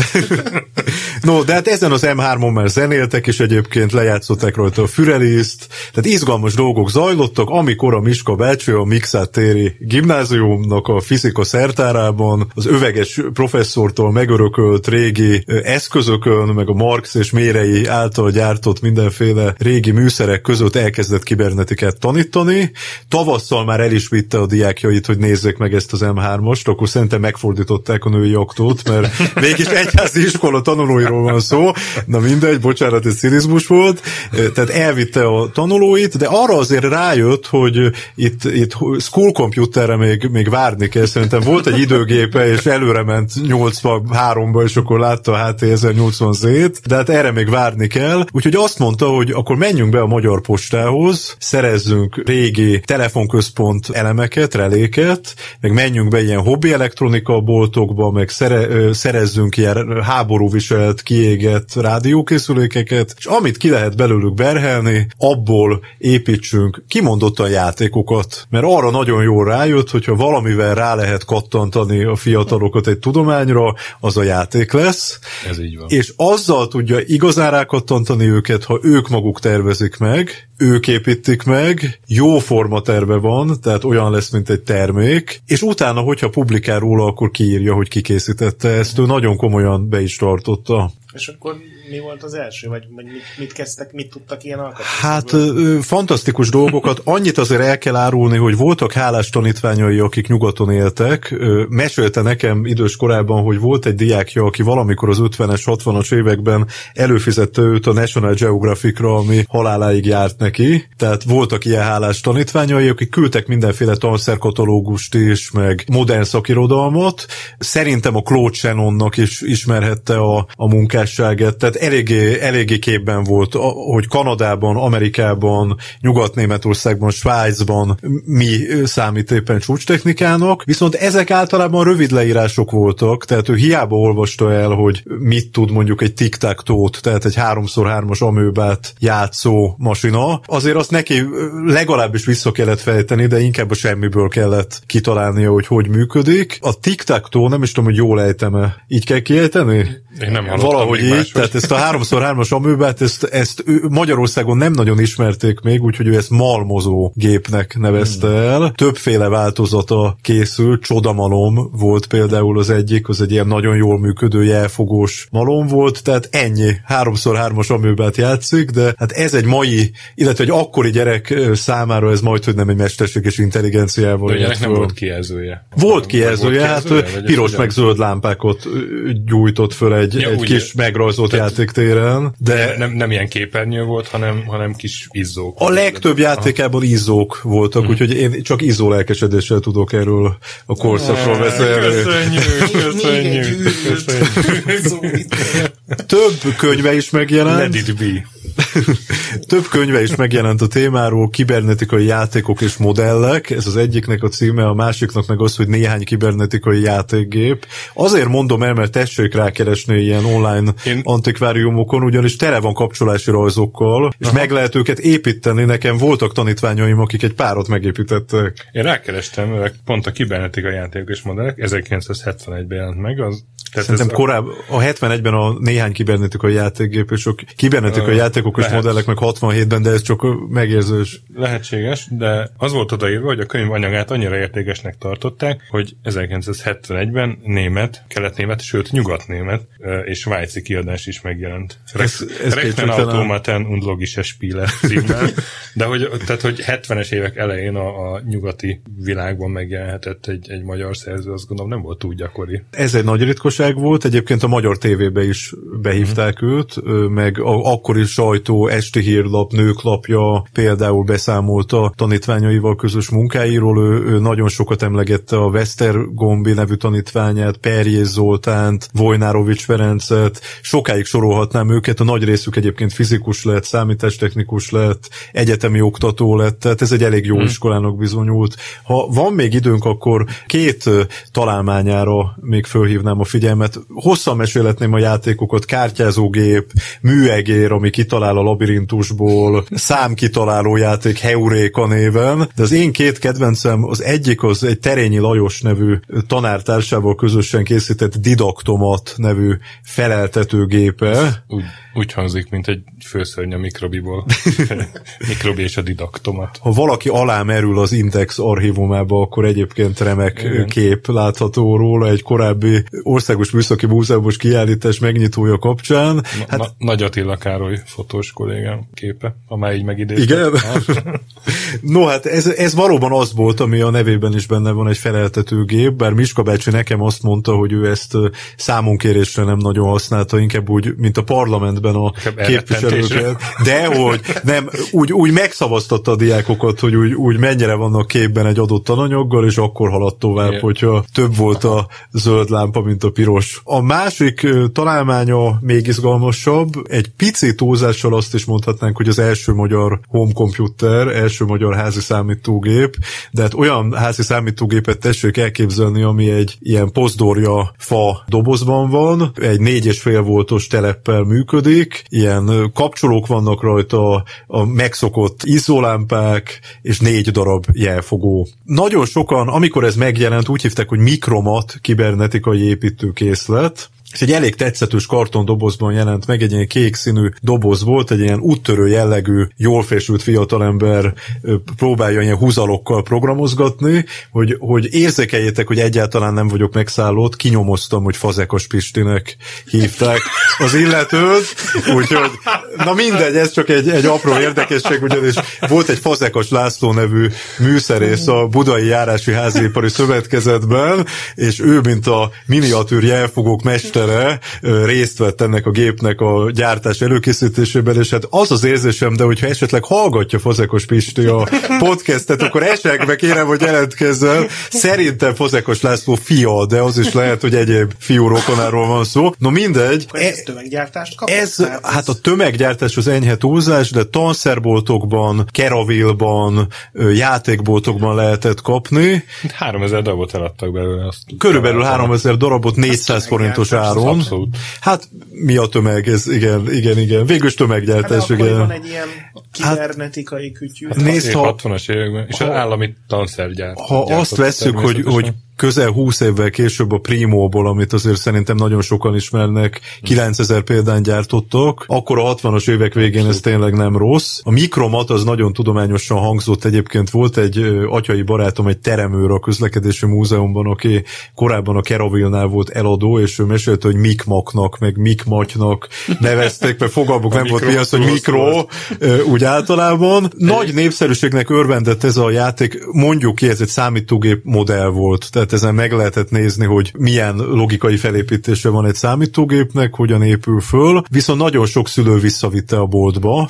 Speaker 3: No, de hát ezen az em hármon már zenéltek, és egyébként lejátszották rajta a Füreliszt, tehát izgalmas dolgok zajlottak, amikor a Miska bácsi a Mikszát téri gimnáziumnak a fizika szertárában az öveges professzortól megörökölt régi eszközökön, meg a Marx és Mérei által gyártott mindenféle régi műszerek között elkezdett kibernetikát tanítani. Tavasszal már el is vitte a diákjait, hogy nézzék meg ezt az em hármast, akkor szerintem megfordították a női aktót, mert mégis egyházi iskola tanulóiról van szó. Na mindegy, bocsánat, ez cinizmus volt. Tehát elvitte a tanulóit, de arra azért rájött, hogy itt, itt school computerre még, még várni kell. Szerintem volt egy időgépe, és előre ment nyolcvanháromba, és akkor látta a há té ezernyolcvan zét, de hát erre még várni kell. Úgyhogy azt mondta, hogy akkor menjünk be a Magyar Postához, szerezzünk régi telefonközpont elemeket, reléket, meg menjünk be ilyen hobbi elektronika boltokba, meg szere, szerezzünk ilyen háborúviselt, kiégett rádiókészülékeket, és amit ki lehet belőlük berhelni, abból építsünk kimondottan játékokat. Mert arra nagyon jól rájött, hogyha valamivel rá lehet kattantani a fiatalokat egy tudományra, az a játék lesz.
Speaker 1: Ez így van.
Speaker 3: És azzal tudja igazán rákattantani őket, ha ők maguk tervezik meg, ők építik meg, jó formaterve van, tehát olyan lesz, mint egy termék, és utána, hogyha publikál róla, akkor kiírja, hogy ki készítette ezt, ő nagyon komolyan be is tartotta.
Speaker 2: És akkor mi volt az első? Vagy mit, mit kezdtek, mit tudtak ilyen alkotni?
Speaker 3: Hát ö, fantasztikus dolgokat. Annyit azért el kell árulni, hogy voltak hálás tanítványai, akik nyugaton éltek. Ö, mesélte nekem idős korában, hogy volt egy diákja, aki valamikor az ötvenes, hatvanas években előfizette őt a National Geographicra, ami haláláig járt neki. Tehát voltak ilyen hálás tanítványai, akik küldtek mindenféle tanszerkatalógust is, meg modern szakirodalmat. Szerintem a Claude Shannonnak is ismerhette a, a munkásságát. Tehát eléggé, eléggé képben volt, hogy Kanadában, Amerikában, Nyugat-Németországban, Svájcban mi számít éppen csúcstechnikának, viszont ezek általában rövid leírások voltak, tehát ő hiába olvasta el, hogy mit tud mondjuk egy tic-tac-tót, tehát egy háromszor hármas amőbát játszó masina, azért azt neki legalábbis vissza kellett fejteni, de inkább a semmiből kellett kitalálnia, hogy hogy működik. A tic-tac-tó, nem is tudom, hogy jól ejtem-e. Így kell kiejteni?
Speaker 1: Én nem hallottam.
Speaker 3: Valahogy így, máshogy. Tehát ezt a háromszor hármas amőbát, ezt, ezt ő Magyarországon nem nagyon ismerték még, úgyhogy ő ezt malmozó gépnek nevezte el. Többféle változata készült, csodamalom volt például az egyik, az egy ilyen nagyon jól működő jelfogós malom volt, tehát ennyi, háromszor hármas amőbát játszik, de hát ez egy mai, illetve egy akkori gyerek számára ez majdhogy nem egy mesterséges intelligenciával.
Speaker 1: De ennek nem volt kijelzője.
Speaker 3: Volt kijelzője, hát piros meg zöld lámpákat gyújtott föl egy, ja, egy kis megrajzolt játéktéren, de
Speaker 1: nem, nem ilyen képernyő volt, hanem, hanem kis izzók.
Speaker 3: A legtöbb játékában izzók voltak, hmm. úgyhogy én csak izzó lelkesedéssel tudok erről a korszakról beszélni.
Speaker 1: Köszönjük, köszönjük, köszönjük.
Speaker 3: Több könyve is megjelent.
Speaker 1: Let it be.
Speaker 3: Több könyve is megjelent a témáról, kibernetikai játékok és modellek, ez az egyiknek a címe, a másiknak meg az, hogy néhány kibernetikai játékgép. Azért mondom el, mert tessék rákeresni ilyen online Én... antikváriumokon, ugyanis tele van kapcsolási rajzokkal, és Aha. meg lehet őket építeni. Nekem voltak tanítványaim, akik egy párat megépítettek.
Speaker 1: Én rákerestem, pont a kibernetikai játékok és modellek, ezerkilencszázhetvenegyben jelent meg, az
Speaker 3: Szerintem a... korábban, a hetvenegyben a néhány kibernetikai játékgép, és a kibernetikai uh, játékok és modellek meg hatvanhétben, de ez csak megérzős.
Speaker 1: Lehetséges, de az volt odaírva, hogy a könyv anyagát annyira értékesnek tartották, hogy ezerkilencszázhetvenegyben német, kelet-német, sőt nyugat-német és svájci kiadás is megjelent. Rechnerautomaten und logische Spiele címmel, de hogy, tehát, hogy hetvenes évek elején a, a nyugati világban megjelenhetett egy, egy magyar szerző, azt gondolom nem volt túl gyakori.
Speaker 3: Ez egy nagy ritkoság volt, egyébként a magyar tévébe is behívták uh-huh. őt, meg a, akkori sajtó Sajtó, Esti Hírlap, Nőklapja például beszámolt a tanítványaival közös munkáiról, ő, ő nagyon sokat emlegette a Vesztergombi nevű tanítványát, Perjés Zoltánt, Vojnárovics Ferencet, sokáig sorolhatnám őket, a nagy részük egyébként fizikus lett, számítástechnikus lett, egyetemi oktató lett, tehát ez egy elég jó hmm. iskolának bizonyult. Ha van még időnk, akkor két találmányára még fölhívnám a figyelmet. Hosszan mesélhetném a játékokat, kártyázógép, műegér, ami kitalál a labirintusból, számkitaláló játék Heuréka néven, de az én két kedvencem, az egyik az egy Terényi Lajos nevű tanártársával közösen készített Didaktomat nevű feleltetőgépe.
Speaker 1: Úgy, úgy hangzik, mint egy főszörny a Mikrobiból. Mikrobi és a Didaktomat.
Speaker 3: Ha valaki alá merül az Index archívumába, akkor egyébként remek igen. kép látható róla egy korábbi Országos Műszaki Múzeumos kiállítás megnyitója kapcsán.
Speaker 1: Na,
Speaker 3: hát...
Speaker 1: na, Nagy Attila Károly fotós kollégám képe, ha már így megidéztem.
Speaker 3: Igen? No, hát ez, ez valóban az volt, ami a nevében is benne van, egy feleltetőgép, bár Miska bácsi nekem azt mondta, hogy ő ezt számonkérésre nem nagyon használta, inkább úgy, mint a parlamentben a képviselőket. De hogy nem, úgy, úgy megszavaztatta a diákokat, hogy úgy, úgy mennyire vannak képben egy adott tananyaggal, és akkor haladt tovább, igen. hogyha több volt a zöld lámpa, mint a piros. A másik találmánya még izgalmasabb, egy pici túlzással azt is mondhatnánk, hogy az első magyar homecomputer, első magyar házi számítógép, de hát olyan házi számítógépet tessék elképzelni, ami egy ilyen pozdorja fa dobozban van, egy négy és fél voltos teleppel működik, ilyen kapcsolók vannak rajta, a megszokott izzólámpák, és négy darab jelfogó. Nagyon sokan, amikor ez megjelent, úgy hívták, hogy Mikromat kibernetikai építőkészlet, és egy elég tetszetős kartondobozban jelent meg, egy ilyen kék színű doboz volt, egy ilyen úttörő jellegű, jól fésült fiatalember próbálja ilyen húzalokkal programozgatni, hogy, hogy érzékeljétek, hogy egyáltalán nem vagyok megszállott, kinyomoztam, hogy Fazekas Pistinek hívták az illetőt, úgyhogy na mindegy, ez csak egy, egy apró érdekesség, ugyanis volt egy Fazekas László nevű műszerész a Budai Járási Háziipari Szövetkezetben, és ő, mint a miniatűr jelfogók mester részt vett ennek a gépnek a gyártás előkészítésében, és hát az az érzésem, de hogyha esetleg hallgatja Fazekas Pisti a podcastet, akkor esetleg kérem, hogy jelentkezzen. Szerintem Fazekas László fia, de az is lehet, hogy egyéb fiú rokonáról van szó. No mindegy.
Speaker 2: Akkor ez tömeggyártást kapott?
Speaker 3: Ez, hát a tömeggyártás az enyhe túlzás, de tanszerboltokban, Keravilban, játékboltokban lehetett kapni.
Speaker 1: háromezer darabot eladtak belőle. Azt
Speaker 3: Körülbelül háromezer darabot négyszáz forintos áron.
Speaker 1: Abszolút.
Speaker 3: Hát mi a tömeg? Ez igen, igen, igen. Végülis tömeggyártás,
Speaker 2: hát
Speaker 3: igen.
Speaker 2: van egy ilyen kibernetikai kütyű.
Speaker 3: Hát, nézd, ha,
Speaker 1: hatvanas években, és ha, az állami tanszergyár.
Speaker 3: Ha azt vesszük, hogy, hogy közel húsz évvel később a Primóból, amit azért szerintem nagyon sokan ismernek, kilencezer példán gyártottak, akkor a hatvanas évek végén ez tényleg nem rossz. A Mikromat az nagyon tudományosan hangzott, egyébként volt egy atyai barátom, egy teremőr a közlekedési múzeumban, aki korábban a Keravilnál volt eladó, és ő mesélte, hogy Mikmaknak, meg Mikmatynak nevezték, mert fogalmuk nem volt mi az, hogy mikro, úgy általában. Nagy népszerűségnek örvendett ez a játék, mondjuk ki, ez egy számítógép modell volt, tehát ezen meg lehetett nézni, hogy milyen logikai felépítése van egy számítógépnek, hogyan épül föl, viszont nagyon sok szülő visszavitte a boltba,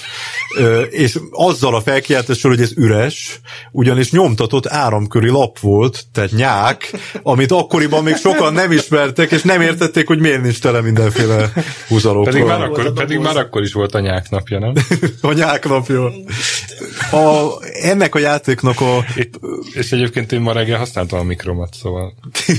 Speaker 3: és azzal a felkiáltással, hogy ez üres, ugyanis nyomtatott áramköri lap volt, tehát nyák, amit akkoriban még sokan nem ismertek, és nem értették, hogy miért nincs tele mindenféle húzalokkal.
Speaker 1: Pedig már akkor, pedig már akkor is volt a nyák napja, nem?
Speaker 3: A nyák napja. A, ennek a játéknak a...
Speaker 1: Itt, és egyébként én ma reggel használtam a Mikromat, szóval...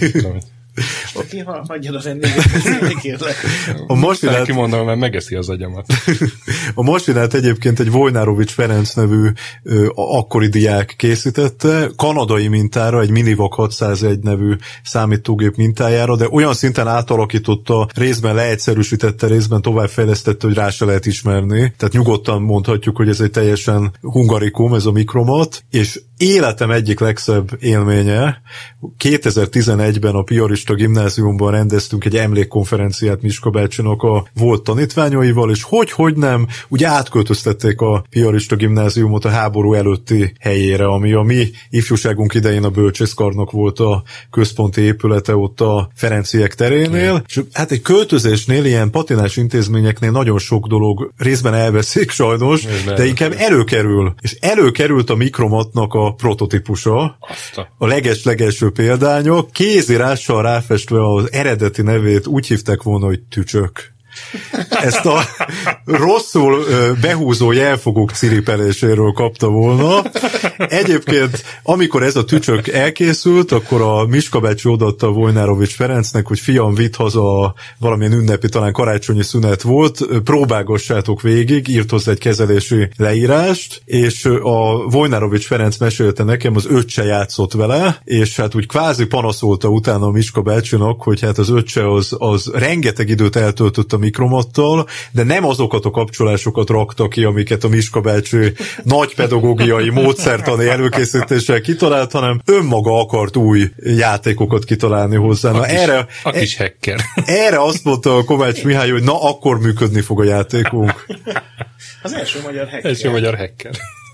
Speaker 2: Hagyjad a vendéget, kérlek.
Speaker 3: A masinát...
Speaker 1: kimondom, mert megeszi az agyamat.
Speaker 3: A masinát egyébként egy Vojnárovics Ferenc nevű ö, akkori diák készítette, kanadai mintára, egy Minivac hatszázegy nevű számítógép mintájára, de olyan szinten átalakította, részben leegyszerűsítette, részben továbbfejlesztette, hogy rá se lehet ismerni. Tehát nyugodtan mondhatjuk, hogy ez egy teljesen hungarikum, ez a Mikromat, és életem egyik legszebb élménye, kétezer-tizenegyben a piarista gimnázium Gimnáziumban rendeztünk egy emlékkonferenciát Miska bácsinak a volt tanítványaival, és hogy-hogy nem, ugye átköltöztették a Piarista Gimnáziumot a háború előtti helyére, ami a mi ifjúságunk idején a bölcsészkarnak volt a központi épülete ott a Ferenciek terénél, mm. és hát egy költözésnél, ilyen patinás intézményeknél nagyon sok dolog részben elveszik sajnos, részben de inkább előkerül. És előkerült a Mikromatnak a prototípusa, Azta. a leges-legelső példánya, kézírással ráfestve az eredeti nevét úgy hívták volna, hogy Tücsök. Ezt a rosszul behúzó jelfogók ciripeléséről kapta volna. Egyébként, amikor ez a Tücsök elkészült, akkor a Miska bácsi odaadta Vojnárovics Ferencnek, hogy fiam, vidd haza valamilyen ünnepi, talán karácsonyi szünet volt, próbálgassátok végig, írt hozzá egy kezelési leírást, és a Vojnárovics Ferenc mesélte nekem, az öccse játszott vele, és hát úgy kvázi panaszolta utána a Miska bácsinak, hogy hát az öccse az, az rengeteg időt eltöltött a Mikromattal, de nem azokat a kapcsolásokat rakta ki, amiket a Miska bácsi nagy pedagógiai módszertani előkészítéssel kitalált, hanem önmaga akart új játékokat kitalálni hozzá. Na,
Speaker 1: a, kis,
Speaker 3: erre,
Speaker 1: a kis hacker.
Speaker 3: Erre azt mondta a Kovács Mihály, hogy na, akkor működni fog a játékunk.
Speaker 2: Az első magyar hacker.
Speaker 1: Első magyar hacker.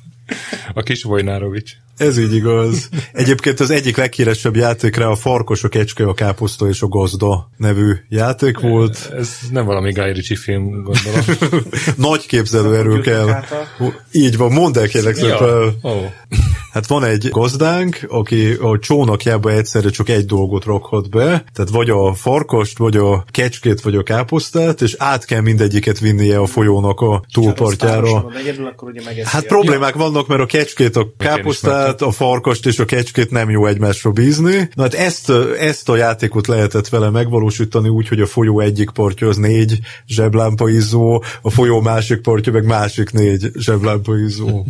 Speaker 1: A kis Vojnárovics.
Speaker 3: Ez így igaz. Egyébként az egyik leghíresebb játékra a Farkas, a Kecske, a Káposzta és a Gazda nevű játék volt.
Speaker 1: Ez nem valami Guy Ritchie film, gondolom.
Speaker 3: Nagy képzelőerő kell. Így van, mondd el kérlek szépen.
Speaker 1: Oh.
Speaker 3: Hát van egy gazdánk, aki a csónakjába egyszerre csak egy dolgot rakhat be, tehát vagy a farkast, vagy a kecskét, vagy a káposztát, és át kell mindegyiket vinnie a folyónak a túlpartjára. Hát problémák vannak, mert a kecskét, a káposztát, a farkast és a kecskét nem jó egymásra bízni. Na hát ezt, ezt a játékot lehetett vele megvalósítani úgy, hogy a folyó egyik partja az négy zseblámpaizzó, a folyó másik partja meg másik négy zseblámpaizzó.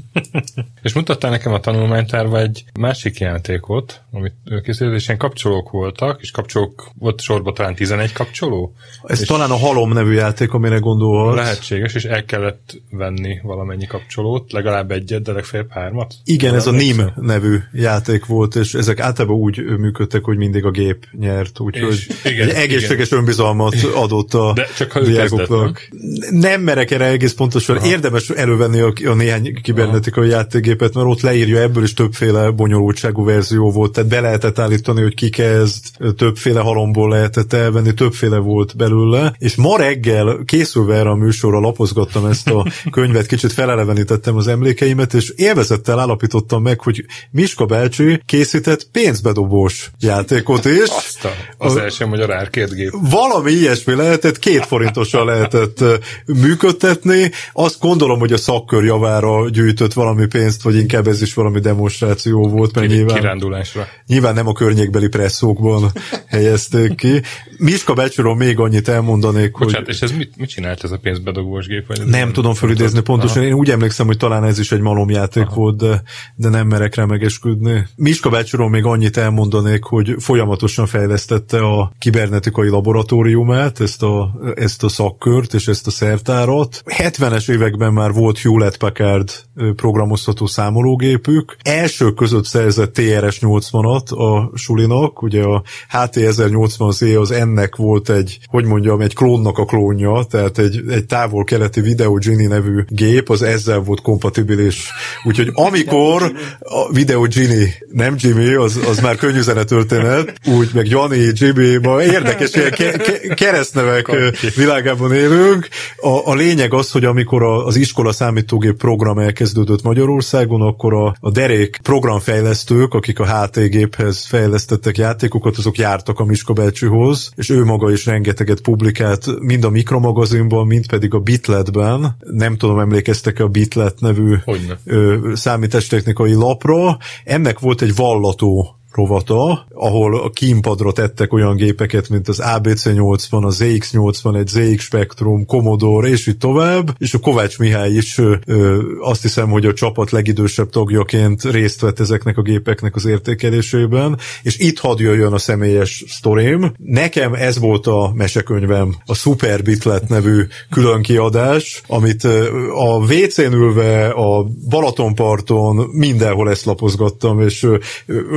Speaker 1: És mutattál nekem a tanulmánytárba egy másik játékot, amit készült, és ilyen kapcsolók voltak, és kapcsolók, volt sorban talán tizenegy kapcsoló.
Speaker 3: Ez talán a Halom nevű játék, amire gondolhat.
Speaker 1: Lehetséges, és el kellett venni valamennyi kapcsolót, legalább egyet, de legfeljebb hármat.
Speaker 3: Igen, ez a Nim nevű játék volt, és ezek általában úgy működtek, hogy mindig a gép nyert, úgyhogy egy egészséges igen. önbizalmat adott a
Speaker 1: de csak ha
Speaker 3: diákoknak. Nem merek erre egész pontosan. Aha. Érdemes elővenni a, a néhány kibernetikai Aha. játékgépet, mert ott leírja, ebből is többféle bonyolultságú verzió volt, tehát be lehetett állítani, hogy ki kezd, többféle halomból lehetett elvenni, többféle volt belőle, és ma reggel készülve erre a műsorra lapozgattam ezt a könyvet, kicsit felelevenítettem az emlékeimet, és élvezettel állapítottam meg, hogy Miska bácsi készített pénzbedobós játékot is.
Speaker 1: Azt az a, első magyar árkétgép.
Speaker 3: Valami ilyesmi lehetett, két forintosan lehetett működtetni. Azt gondolom, hogy a szakkör javára gyűjtött valami pénzt, vagy inkább ez is valami demonstráció volt, mert nyilván,
Speaker 1: kirándulásra.
Speaker 3: Nyilván nem a környékbeli presszókban helyezték ki. Miska bácsiról még annyit elmondanék,
Speaker 1: Bocsánat,
Speaker 3: hogy...
Speaker 1: és ez mit, mit csinált ez a pénzbedobós gép? Vagy
Speaker 3: nem nem tudom fölidézni pontosan. Aha. Én úgy emlékszem, hogy talán ez is egy malomjáték Aha. volt, de, de nem merek rá megesküdni. Miska bácsiról még annyit elmondanék, hogy folyamatosan fejlesztette a kibernetikai laboratóriumát, ezt a, ezt a szakkört és ezt a szertárat. hetvenes években már volt Hewlett-Packard programozható számológépük. Első között szerzett té er es nyolcvanat a sulinak, ugye a há té ezernyolcvan zé az ennek volt egy, hogy mondjam, egy klónnak a klónja, tehát egy, egy távol-keleti Video Genie nevű gép, az ezzel volt kompatibilis. Úgyhogy amikor a Video Genie, nem Jimmy, az, az már könnyűzene történet, úgy meg Johnny, Jimmy, ma érdekes ilyen ke- ke- keresztnevek világában élünk. A, a lényeg az, hogy amikor a, az iskola számítógép program elkezdődött Magyarországon, akkor a, a derék programfejlesztők, akik a há té géphez fejlesztettek játékokat, azok jártak a Miska bácsihoz, és ő maga is rengeteget publikált, mind a Mikromagazinban, mind pedig a Bitletben. Nem tudom, emlékeztek-e a Bitlet nevű ö, számítástechnikai lapra. Ennek volt egy vallató rovata, ahol a kínpadra tettek olyan gépeket, mint az á bé cé nyolcvan, az zé iksz nyolcvanegy, zé iksz Spectrum, Commodore, és így tovább, és a Kovács Mihály is ö, ö, azt hiszem, hogy a csapat legidősebb tagjaként részt vett ezeknek a gépeknek az értékelésében, és itt hadd jöjjön a személyes sztorim. Nekem ez volt a mesekönyvem, a Super Bitlet nevű külön kiadás, amit a vé cén ülve, a Balatonparton mindenhol ezt lapozgattam, és összehasonlítottam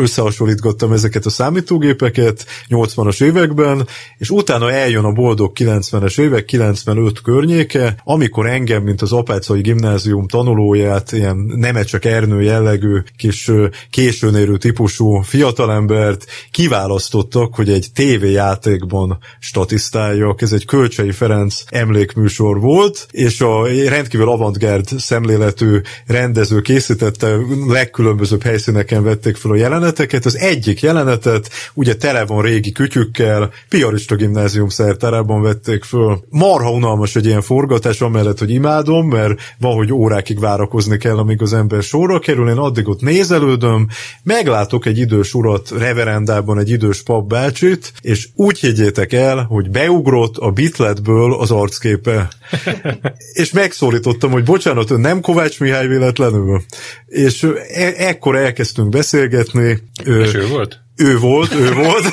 Speaker 3: felszólítgattam ezeket a számítógépeket nyolcvanas években, és utána eljön a boldog kilencvenes évek, kilencvenöt környéke, amikor engem, mint az Apáczai Gimnázium tanulóját, ilyen Nemecsek Ernő jellegű kis későn érő típusú fiatalembert kiválasztottak, hogy egy tévéjátékban statisztáljak. Ez egy Kölcsei Ferenc emlékműsor volt, és a rendkívül avantgárd szemléletű rendező készítette, legkülönbözőbb helyszíneken vették fel a jeleneteket. Az egyik jelenetet ugye tele van régi kütyükkel, Piarista Gimnázium szertárában vették föl. Marha unalmas egy ilyen forgatás, amellett, hogy imádom, mert van, hogy órákig várakozni kell, amíg az ember sorra kerül, én addig ott nézelődöm, meglátok egy idős urat reverendában, egy idős papbácsit, és úgy higgyétek el, hogy beugrott a bitletből az arcképe. És megszólítottam, hogy bocsánat, ön nem Kovács Mihály véletlenül? És e- ekkor elkezdtünk beszélgetni.
Speaker 1: És ő volt?
Speaker 3: Ő volt, ő volt.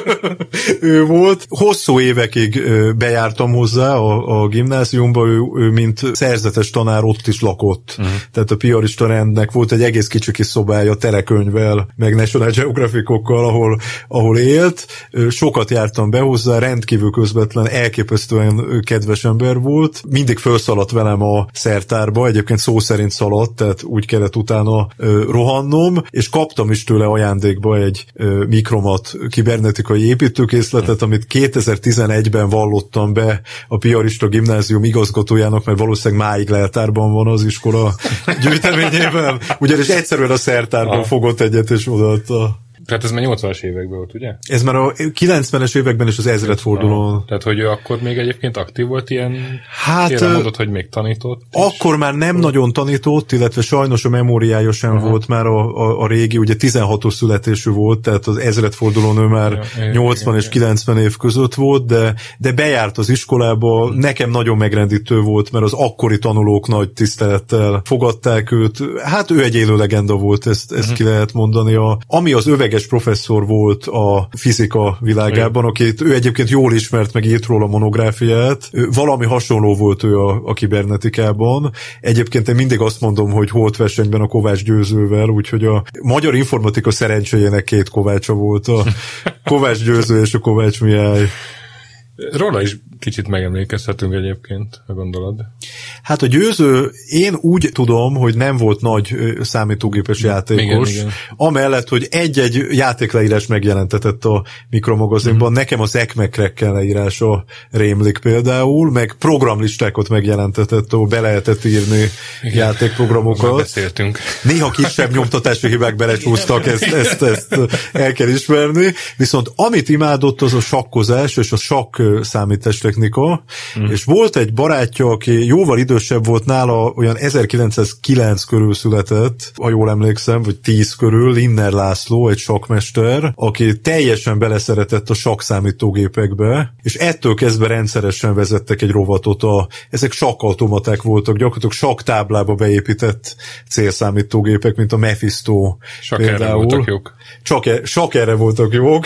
Speaker 3: ő volt. Hosszú évekig bejártam hozzá a, a gimnáziumba, ő, ő mint szerzetes tanár ott is lakott. Uh-huh. Tehát a piarista rendnek volt egy egész kicsi kis szobája telekönyvvel, meg National Geographicokkal, ahol, ahol élt. Sokat jártam be hozzá, rendkívül közvetlen, elképesztően kedves ember volt. Mindig felszaladt velem a szertárba, egyébként szó szerint szaladt, tehát úgy kellett utána rohannom, és kaptam is tőle ajándékba egy Mikromat kibernetikai építőkészletet, amit kétezer-tizenegyben vallottam be a Piarista Gimnázium igazgatójának, mert valószínűleg máig leltárban van az iskola gyűjteményében, ugyanis egyszerűen a szertárban fogott egyet és odaadta.
Speaker 1: Tehát ez már nyolcvanas években volt, ugye?
Speaker 3: Ez már a kilencvenes években és az ezredfordulón.
Speaker 1: Tehát, hogy ő akkor még egyébként aktív volt ilyen,
Speaker 3: hát,
Speaker 1: ilyen mondott, hogy még tanított.
Speaker 3: Akkor már nem nagyon tanított, illetve sajnos a memóriája sem Aha. volt már a, a, a régi, ugye tizenhatos születésű volt, tehát az ezredfordulón ő már ja, nyolcvan igen, és igen. kilencven év között volt, de, de bejárt az iskolába, nekem nagyon megrendítő volt, mert az akkori tanulók nagy tisztelettel fogadták őt. Hát ő egy élő legenda volt, ezt, ezt uh-huh. ki lehet mondani. A, ami az öveges professzor volt a fizika világában, akit ő egyébként jól ismert, meg írt róla monográfiát. Valami hasonló volt ő a, a kibernetikában. Egyébként én mindig azt mondom, hogy holtversenyben a Kovács Győzővel, úgyhogy a magyar informatika szerencséjének két Kovácsa volt, a Kovács Győző és a Kovács Mihály.
Speaker 1: Róla is kicsit megemlékezhetünk egyébként, ha gondolod.
Speaker 3: Hát a Győző, én úgy tudom, hogy nem volt nagy számítógépes játékos, igen, igen. Amellett, hogy egy-egy játékleírás megjelentetett a Mikromagazinban, mm-hmm. nekem az Ekmekrekkel leírása rémlik például, meg programlistákat megjelentetett, ahol be lehetett írni igen. játékprogramokat.
Speaker 1: Beszéltünk.
Speaker 3: Néha kisebb nyomtatási hibák belecsúsztak, ezt, ezt, ezt el kell ismerni, viszont amit imádott, az a sakkozás és a sakk számítástechnika, mm. és volt egy barátja, aki jóval idősebb volt nála, olyan ezerkilencszázkilenc körül született, ha jól emlékszem, vagy tíz körül, Linner László, egy sakkmester, aki teljesen beleszeretett a sakkszamítógépekbe, és ettől kezdve rendszeresen vezettek egy rovatot. A, ezek sakkautomaták voltak, gyakorlatilag sakktáblába beépített célszámítógépek, mint a Mephisto
Speaker 1: Sak
Speaker 3: például.
Speaker 1: Erre voltak jók.
Speaker 3: Csak, e, csak erre voltak jók.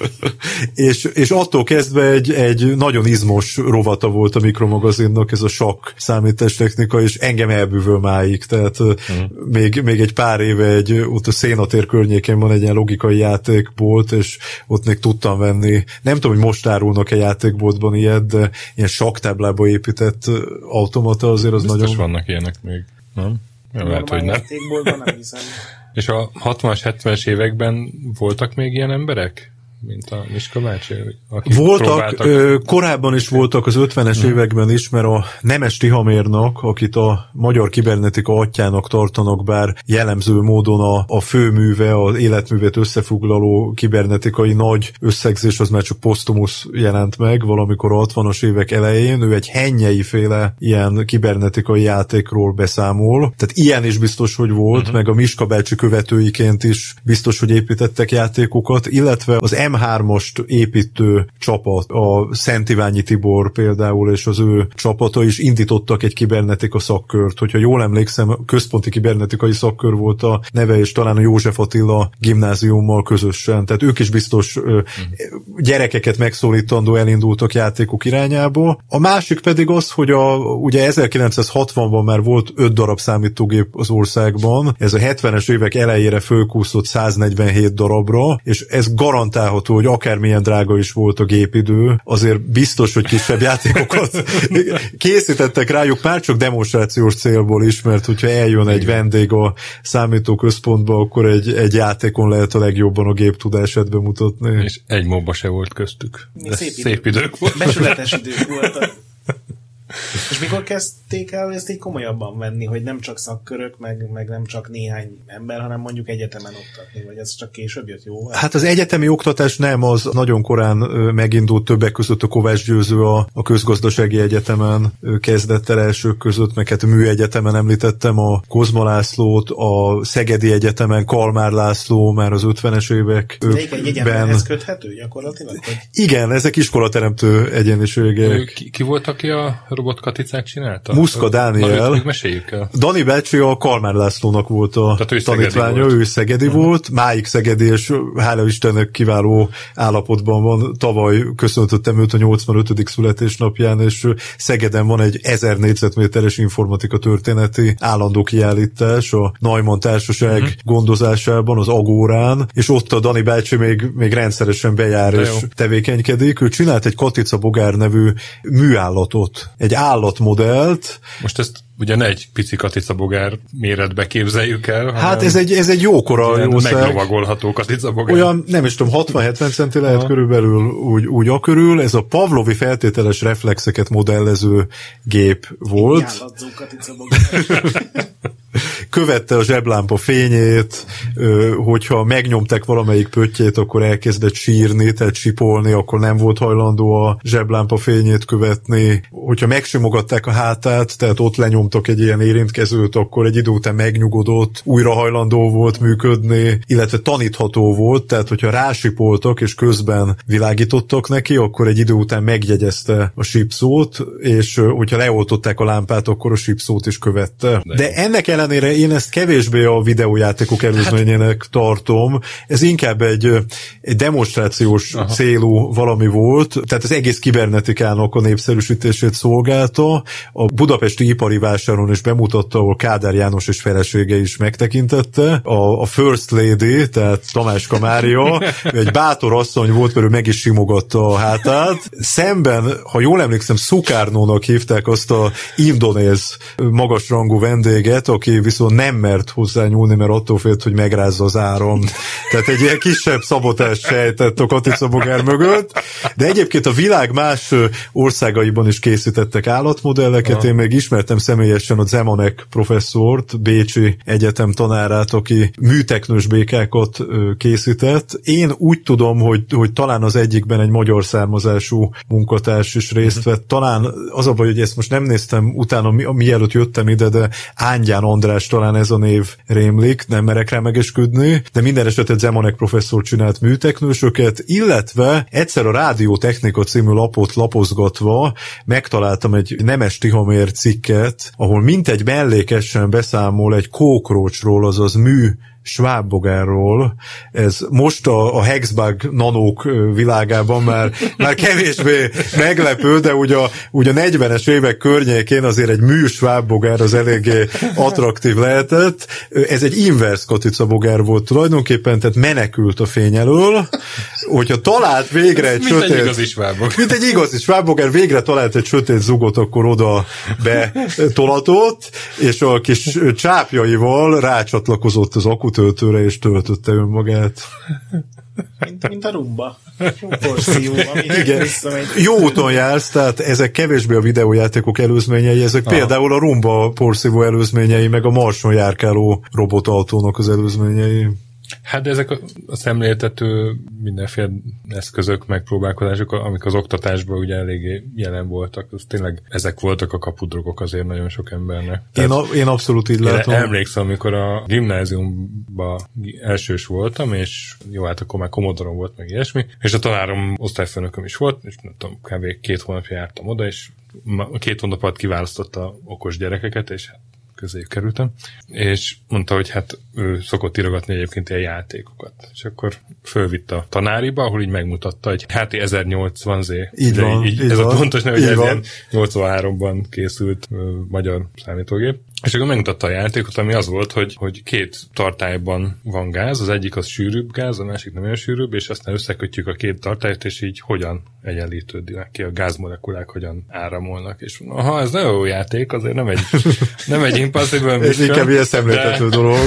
Speaker 3: és, és attól kezdve egy, egy nagyon izmos rovata volt a Mikromagazinnak, ez a sakk számítástechnika, és engem elbűvöl máig, tehát mm. még, még egy pár éve egy, ott a Szénatér környékén van egy ilyen logikai játékbolt, és ott még tudtam venni, nem tudom, hogy most árulnak-e játékboltban ilyet, de ilyen sakktáblába épített automata azért az
Speaker 1: biztos
Speaker 3: nagyon...
Speaker 1: vannak ilyenek még, nem? Nem lehet, hogy nem.
Speaker 2: nem hiszem.
Speaker 1: És a hatvanas, hetvenes években voltak még ilyen emberek? Mint a Miska bácsi?
Speaker 3: Voltak, ö, korábban is voltak az ötvenes hmm. években is, mert a Nemes Tihamérnak, akit a magyar kibernetika atyának tartanak, bár jellemző módon a, a főműve, az életművet összefoglaló kibernetikai nagy összegzés, az már csak posztumusz jelent meg valamikor a hatvanas évek elején. Ő egy hennyei féle ilyen kibernetikai játékról beszámol. Tehát ilyen is biztos, hogy volt, hmm. meg a Miska bácsi követőiként is biztos, hogy építettek játékokat, illetve az em em hármast építő csapat, a Szent Iványi Tibor például, és az ő csapata is indítottak egy kibernetika szakkört. Hogyha jól emlékszem, központi kibernetikai szakkör volt a neve, és talán a József Attila gimnáziummal közösen. Tehát ők is biztos uh, gyerekeket megszólítandó elindultak játékok irányába. A másik pedig az, hogy a, ugye ezerkilencszázhatvanban már volt öt darab számítógép az országban, ez a hetvenes évek elejére fölkúszott száznegyvenhét darabra, és ez garantálható, hogy akármilyen drága is volt a gépidő, azért biztos, hogy kisebb játékokat készítettek rájuk, már csak demonstrációs célból is, mert hogyha eljön egy vendég a számítóközpontba, akkor egy, egy játékon lehet a legjobban a gép tudását bemutatni.
Speaker 1: És egy mobba se volt köztük. De szép,
Speaker 2: idők,
Speaker 1: szép idők volt.
Speaker 2: Becsületes idők voltak. És mikor kezdték el ezt így komolyabban venni, hogy nem csak szakkörök, meg, meg nem csak néhány ember, hanem mondjuk egyetemen oktatni, vagy ez csak később jött jó?
Speaker 3: Hát az egyetemi oktatás nem, az nagyon korán megindult, többek között a Kovács Győző a, a Közgazdasági Egyetemen kezdett el elsők között, meg hát a Műegyetemen említettem a Kozma Lászlót, a Szegedi Egyetemen Kalmár László már az ötvenes években.
Speaker 2: De egy egyetemhez köthető gyakorlatilag? Hogy...
Speaker 3: Igen, ezek iskolateremtő egyéniségek.
Speaker 1: Ki, ki volt, aki a robotkaticát csinálta?
Speaker 3: Muszka Dániel.
Speaker 1: Na, meséljük el.
Speaker 3: Dani bácsi a Kalmár Lászlónak volt a ő tanítványa, ő szegedi uh-huh. volt, máig szegedi, és hála Istennek kiváló állapotban van. Tavaly köszöntöttem őt a nyolcvanötödik születésnapján, és Szegeden van egy ezer négyzetméteres informatika történeti állandó kiállítás a Neumann Társaság uh-huh. gondozásában, az Agórán, és ott a Dani bácsi még, még rendszeresen bejár és tevékenykedik. Ő csinált egy Katica Bogár nevű műállatot, egy állatmodellt.
Speaker 1: Most ezt ugye ne egy pici katicabogár méretbe képzeljük el.
Speaker 3: Hát ez egy, ez egy jókora jószág.
Speaker 1: Meglovagolható katicabogár.
Speaker 3: Olyan, nem is tudom, hatvan-hetven centi lehet ha. körülbelül úgy, úgy a körül. Ez a Pavlovi feltételes reflexeket modellező gép volt.
Speaker 2: Egy állatzó katicabogár.
Speaker 3: Követte a zseblámpa fényét, hogyha megnyomták valamelyik pöttyét, akkor elkezdett sírni, tehát sipolni, akkor nem volt hajlandó a zseblámpa fényét követni. Hogyha megsimogatták a hátát, tehát ott lenyomtak egy ilyen érintkezőt, akkor egy idő után megnyugodott, újra hajlandó volt működni, illetve tanítható volt, tehát hogyha rásipoltak és közben világítottak neki, akkor egy idő után megjegyezte a sípszót, és hogyha leoltották a lámpát, akkor a sípszót is követte. De ennek ellenére én ezt kevésbé a videójátékok előzményének hát... tartom. Ez inkább egy, egy demonstrációs Aha. célú valami volt, tehát az egész kibernetikának a népszerűsítését szolgálta. A budapesti ipari vásáron is bemutatta, ahol Kádár János és felesége is megtekintette. A, a First Lady, tehát Tamáska Mária, egy bátor asszony volt, mert ő meg is simogatta a hátát. Szemben, ha jól emlékszem, Sukarnónak hívták azt a indonéz magasrangú vendéget, aki viszont nem mert hozzányúlni, mert attól félt, hogy megrázza az áram. Tehát egy ilyen kisebb szabotás sejtett a katicabogár mögött, de egyébként a világ más országaiban is készítettek állatmodelleket. Aha. Én még ismertem személyesen a Zemanek professzort, bécsi egyetem tanárát, aki műteknős békákat készített. Én úgy tudom, hogy, hogy talán az egyikben egy magyar származású munkatárs is részt vett. Talán az a baj, hogy ezt most nem néztem utána, mi, mielőtt jöttem ide, de Ángyán András talán ez a név rémlik, nem merek rá megesküdni, de minden esetet Zemanek professzor csinált műteknősöket, illetve egyszer a Rádiótechnika című lapot lapozgatva megtaláltam egy Nemes Tihamér cikket, ahol mintegy mellékesen beszámol egy kókrócsról, azaz mű svábbogárról. Ez most a, a Hexbug nanók világában már, már kevésbé meglepő, de ugye a, ugye a negyvenes évek környékén azért egy mű svábbogár az eléggé attraktív lehetett. Ez egy inverse katicabogár volt tulajdonképpen, tehát menekült a fény elől, hogyha talált végre egy
Speaker 1: mint
Speaker 3: sötét...
Speaker 1: egy igazi svábbogár.
Speaker 3: Mint egy igazi svábbogár, végre talált egy sötét zugot, akkor oda betolatott, és a kis csápjaival rácsatlakozott az akutöltőre, és töltötte önmagát.
Speaker 2: Mint, mint a rumba. Jó porszívó, ami
Speaker 3: igen. Visszamegy. Jó úton jársz, tehát ezek kevésbé a videójátékok előzményei, ezek Aha. például a rumba porszívó előzményei, meg a Marson járkáló robotautónak az előzményei.
Speaker 1: Hát de ezek a, a szemléltető mindenféle eszközök, megpróbálkozások, amik az oktatásban ugye eléggé jelen voltak, az tényleg ezek voltak a kapudrogok azért nagyon sok embernek.
Speaker 3: Én, a, én abszolút így látom.
Speaker 1: Emlékszem, amikor a gimnáziumban elsős voltam, és jó, hát akkor már komodorom volt, meg ilyesmi, és a tanárom osztályfőnököm is volt, és nem tudom, kb. két hónapja jártam oda, és két hónap alatt kiválasztotta okos gyerekeket, és hát közéjük kerültem, és mondta, hogy hát ő szokott írogatni egyébként ilyen játékokat. És akkor fölvitt a tanáriba, ahol így megmutatta, hogy hát ezernyolcvan zé.
Speaker 3: Így van,
Speaker 1: így,
Speaker 3: így
Speaker 1: ez
Speaker 3: van,
Speaker 1: a pontos neve, hogy
Speaker 3: ez
Speaker 1: ezernyolcvanháromban készült ö, magyar számítógép. És akkor megmutatta a játékot, ami az volt, hogy, hogy két tartályban van gáz, az egyik az sűrűbb gáz, a másik nem olyan sűrűbb, és aztán összekötjük a két tartályt, és így hogyan egyenlítődnek ki, a gázmolekulák hogyan áramolnak. És aha, ez nagyon jó játék, azért nem egy, nem egy impossible mission.
Speaker 3: Ez inkább ilyen szemléltető de... dolog.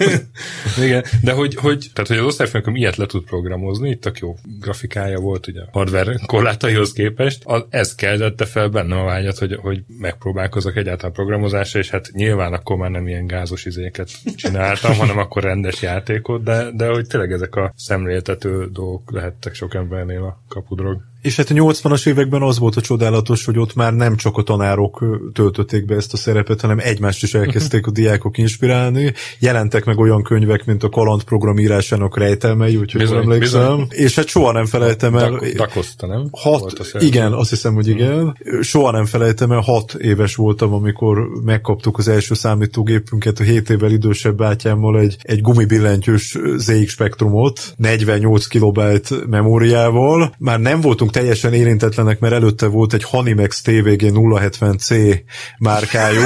Speaker 1: Igen, de hogy, hogy, tehát, hogy az osztályfőnököm ilyet le tud programozni, itt tök jó grafikája volt ugye a hardware korlátaihoz képest, az, ez keltette fel bennem a vágyat, hogy, hogy megpróbálkozok egyáltalán programozásra, és hát nyilván akkor már nem ilyen gázos izéket csináltam, hanem akkor rendes játékot, de, de hogy tényleg ezek a szemléltető dolgok lehettek sok embernél a kapudrog.
Speaker 3: És hát a nyolcvanas években az volt a csodálatos, hogy ott már nem csak a tanárok töltötték be ezt a szerepet, hanem egymást is elkezdték a diákok inspirálni. Jelentek meg olyan könyvek, mint a kalandprogram írásának rejtelmei, úgyhogy bizony, emlékszem. Bizony. És hát soha nem felejtem el.
Speaker 1: Dakoszta, nem?
Speaker 3: Hat, igen, azt hiszem, hogy igen. Soha nem felejtem el, hat éves voltam, amikor megkaptuk az első számítógépünket a hét évvel idősebb bátyámmal egy, egy gumibillentyűs zé iksz Spectrumot, negyvennyolc kilobájt memóriával. Már nem voltunk teljesen érintetlenek, mert előtte volt egy Hanimex té vé gé nulla hetven cé márkájú.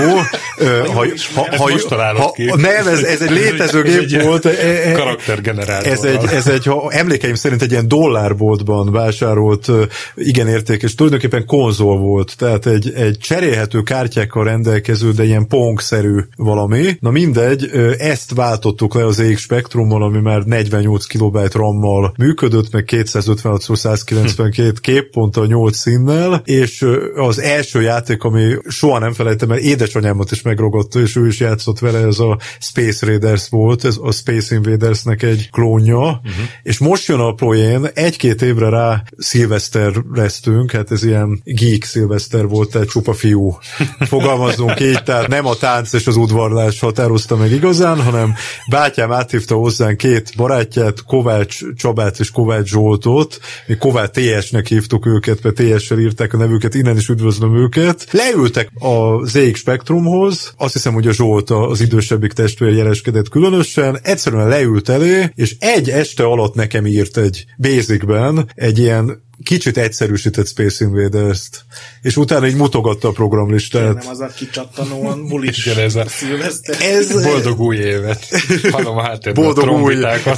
Speaker 3: ha, ha, ha, ha, nem, ez, ez egy létező gép volt.
Speaker 1: Karaktergenerátor.
Speaker 3: Ez egy, ez egy, ha emlékeim szerint egy ilyen dollárboltban vásárolt igen értékes, tulajdonképpen konzol volt, tehát egy, egy cserélhető kártyákkal rendelkező, de ilyen pong-szerű valami. Na mindegy, ezt váltottuk le az zé iksz Spectrummal, ami már negyvennyolc kilobájt RAM-mal működött, meg kétszázötvenhat szor százkilencvenkét képponttal, nyolc színnel, és az első játék, ami soha nem felejtem, mert édesanyámat is megrogatta, és ő is játszott vele, ez a Space Raiders volt, ez a Space Invadersnek egy klónja, uh-huh. És most jön a poén, egy-két évre rá szilveszter lesztünk, hát ez ilyen geek szilveszter volt, tehát csupa fiú. Fogalmazzunk így, tehát nem a tánc és az udvarlás határozta meg igazán, hanem bátyám áthívta hozzánk két barátját, Kovács Csabát és Kovács Zsoltot, mi Kovács té esnek hívtuk őket, mert té essel írták a nevüket, innen is üdvözlöm őket. Leültek a zé iksz Spectrumhoz, azt hiszem, hogy a Zsolt az idősebbik testvér jeleskedett különösen, egyszerűen leült elé, és egy este alatt nekem írt egy Basicben egy ilyen kicsit egyszerűsített Space Invaders-t, és utána így mutogatta a programlistát.
Speaker 2: Nem az a kicsattanóan bulis
Speaker 1: ez a
Speaker 2: szilveszter.
Speaker 1: Ez boldog új évet. Hallom a háttérben
Speaker 3: boldog
Speaker 1: a trombitákat.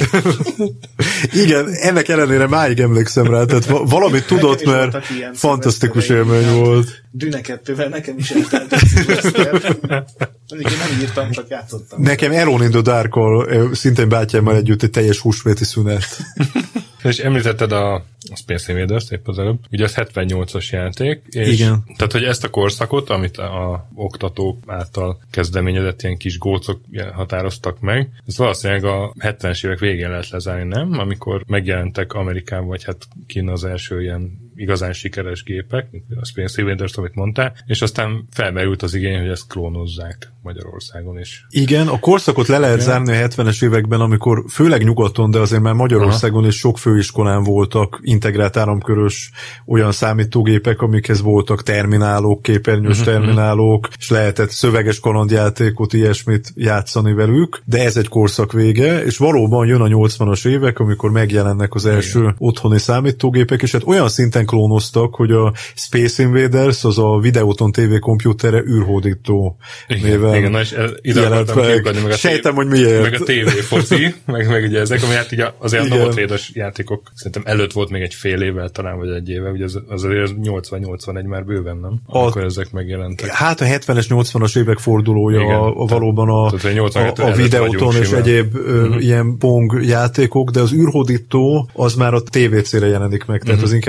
Speaker 3: Igen, ennek ellenére máig emlékszem rá, tehát valamit tudott, mert fantasztikus élmény volt.
Speaker 2: Dűne kettővel nekem is eltelt a szilveszter. Mondjuk én nem írtam, csak játszottam.
Speaker 3: Nekem Alone in the Dark-kal, szintén bátyámmal együtt egy teljes húsvéti szünet.
Speaker 1: És említetted a, a Space Invaders épp az előbb, ugye az hetvennyolcas játék, és
Speaker 3: igen.
Speaker 1: Tehát, hogy ezt a korszakot, amit a, a oktatók által kezdeményezett ilyen kis gócok határoztak meg, ez valószínűleg a hetvenes évek végén lehet lezárni, nem? Amikor megjelentek Amerikában, vagy hát Kína az első ilyen igazán sikeres gépek, mint a Space Invaders, amit mondtál, és aztán felmerült az igény, hogy ezt klónozzák Magyarországon is.
Speaker 3: Igen, a korszakot le lehet zárni a hetvenes években, amikor főleg nyugaton, de azért már Magyarországon Aha. és sok főiskolán voltak integrált áramkörös olyan számítógépek, amikhez voltak terminálók, képernyős uh-huh. terminálók, és lehetett szöveges kalandjátékot, ilyesmit játszani velük, de ez egy korszak vége, és valóban jön a nyolcvanas évek, amikor megjelennek az első Igen. otthoni számítógépek, és hát olyan szinten klónoztak, hogy a Space Invaders az a Videoton té vé kompjútere űrhódító néven
Speaker 1: igen, na és ide akartam kiugadni, meg a
Speaker 3: sejtem, hogy miért.
Speaker 1: Meg a té vé foci, meg, meg ugye ezek, ami hát így azért a novotrados játékok szerintem előtt volt még egy fél évvel talán, vagy egy éve, ugye az, az azért nyolcvan-nyolcvanegy már bőven, nem? Amikor a, ezek megjelentek.
Speaker 3: Hát a hetvenes, nyolcvanas évek fordulója igen, a, a valóban a, a, a Videoton és egyéb uh-huh. ilyen Pong játékok, de az űrhódító az már a té vé cére jelenik meg, tehát uh-huh. az inkább a nyolcvanas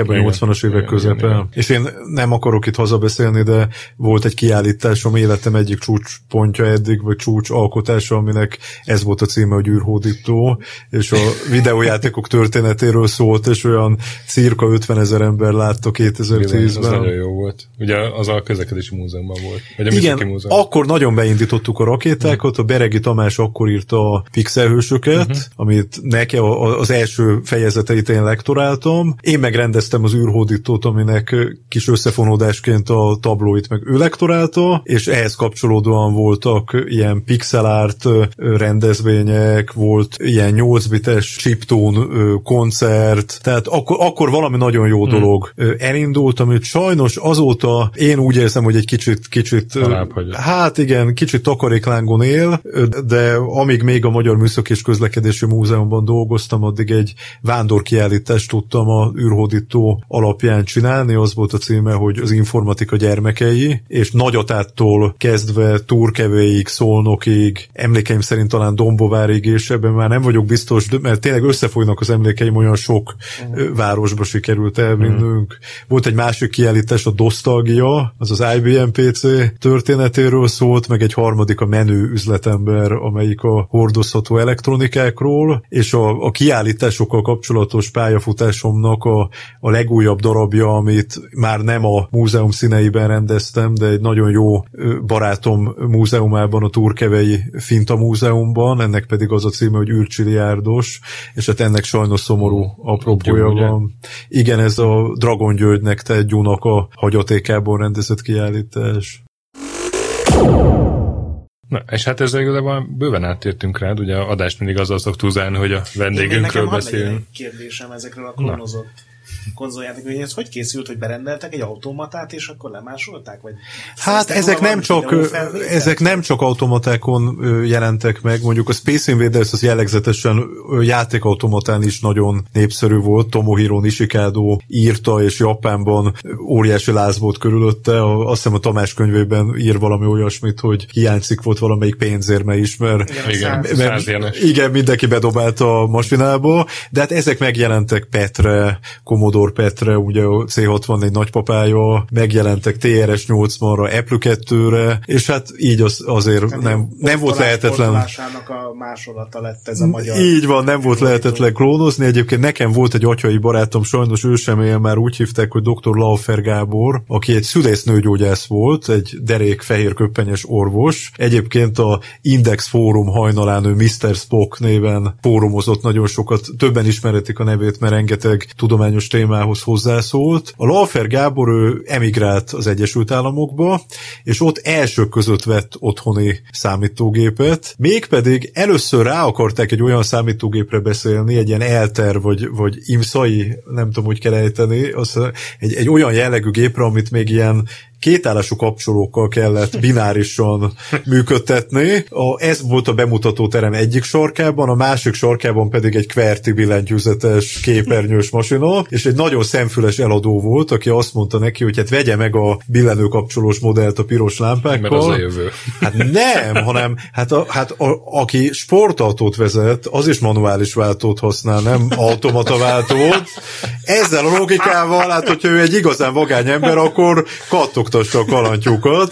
Speaker 3: nyolcvanas évek közepe. És én nem akarok itt hazabeszélni, de volt egy kiállításom életem egyik csúcspontja eddig, vagy csúcs alkotása, aminek ez volt a címe, hogy űrhódító, és a videójátékok történetéről szólt, és olyan cirka ötvenezer ember látta kétezer-tízben.
Speaker 1: Az nagyon jó volt. Ugye az a közlekedési múzeumban volt. Vagy a
Speaker 3: igen, múzeum. Akkor nagyon beindítottuk a rakétákat, a Beregi Tamás akkor írta a pixelhősöket, uh-huh. amit neki az első fejezeteit én lektoráltam. Én megrendeztem az űrhódítót, aminek kis összefonódásként a tablóit meg ő lektorálta, és ehhez kapcsolódóan voltak ilyen pixel art rendezvények, volt ilyen nyolc bites chiptune koncert, tehát akkor, akkor valami nagyon jó hmm. dolog elindult, amit sajnos azóta én úgy érzem, hogy egy kicsit, kicsit hát igen, kicsit takaréklángon él, de amíg még a Magyar Műszaki és Közlekedési Múzeumban dolgoztam, addig egy vándorkiállítást tudtam a űrhódító alapján csinálni, az volt a címe, hogy az informatika gyermekei, és Nagyatától kezdve Turkevéig, Szolnokig, emlékeim szerint talán Dombovárig, és ebben már nem vagyok biztos, mert tényleg összefolynak az emlékeim, olyan sok uh-huh. városba sikerült elvinnünk. Uh-huh. Volt egy másik kiállítás, a Dosztalgia, az az I B M pé cé történetéről szólt, meg egy harmadik a Menő üzletember, amelyik a hordozható elektronikákról, és a, a kiállításokkal kapcsolatos pályafutásomnak a, a legújabb darabja, amit már nem a múzeum színeiben rendeztem, de egy nagyon jó barátom múzeumában, a Turkevei Finta Múzeumban, ennek pedig az a címe, hogy űrcsiliárdos, és hát ennek sajnos szomorú apropója van. Igen, ez a Dragon Györgynek te Gyunak a hagyatékából rendezett kiállítás.
Speaker 1: Na, és hát ezzel igazából bőven áttértünk rád, ugye a adást mindig azzal szoktuk zárni, hogy a vendégünkről beszélünk.
Speaker 2: Nekem kérdésem ezekről a klónozott konzoljátékok, ez hogy készült, hogy berendeltek egy automatát, és akkor lemásolták? Vagy
Speaker 3: hát ezek nem, csak, ezek nem csak automatákon jelentek meg, mondjuk a Space Invaders az jellegzetesen játékautomatán is nagyon népszerű volt, Tomohiro Nishikado írta, és Japánban óriási láz volt körülötte, azt hiszem a Tamás könyvében ír valami olyasmit, hogy hiányzik volt valamelyik pénzérme is, mert
Speaker 1: igen,
Speaker 3: mert, mert, igen mindenki bedobálta a masinába, de hát ezek megjelentek Petre, Commodore Petre, ugye a C hatvannégy nagypapája, megjelentek T R S nyolcvanra, Apple kettőre, és hát így az, azért hát nem, nem volt lehetetlen.
Speaker 2: A másolata lett ez a magyar.
Speaker 3: Így van, nem volt lehetetlen klónozni. Egyébként nekem volt egy atyai barátom, sajnos ő sem él, már úgy hívták, hogy doktor Laufer Gábor, aki egy szülésznőgyógyász volt, egy derék fehér köppenyes orvos. Egyébként a Index Fórum hajnalán ő miszter Spock néven fórumozott nagyon sokat, többen ismeretik a nevét, mert rengeteg tudományos témához hozzászólt. A Laufer Gábor ő emigrált az Egyesült Államokba, és ott elsők között vett otthoni számítógépet, mégpedig először rá akarták egy olyan számítógépre beszélni, egy ilyen Elter vagy, vagy IMSAI, nem tudom, hogy kell ejteni, az egy, egy olyan jellegű gépre, amit még ilyen kétállású kapcsolókkal kellett binárisan működtetni. A, ez volt a bemutatóterem egyik sarkában, a másik sarkában pedig egy QWERTY billentyűzetes képernyős masina, és egy nagyon szemfüles eladó volt, aki azt mondta neki, hogy hát vegye meg a billenőkapcsolós modellt a piros lámpákkal.
Speaker 1: Mert az a jövő.
Speaker 3: Hát nem, hanem hát, a, hát a, aki sportautót vezet, az is manuális váltót használ, nem automata váltót. Ezzel a logikával, hát hogyha ő egy igazán vagány ember, akkor kattog a kalantyúkat.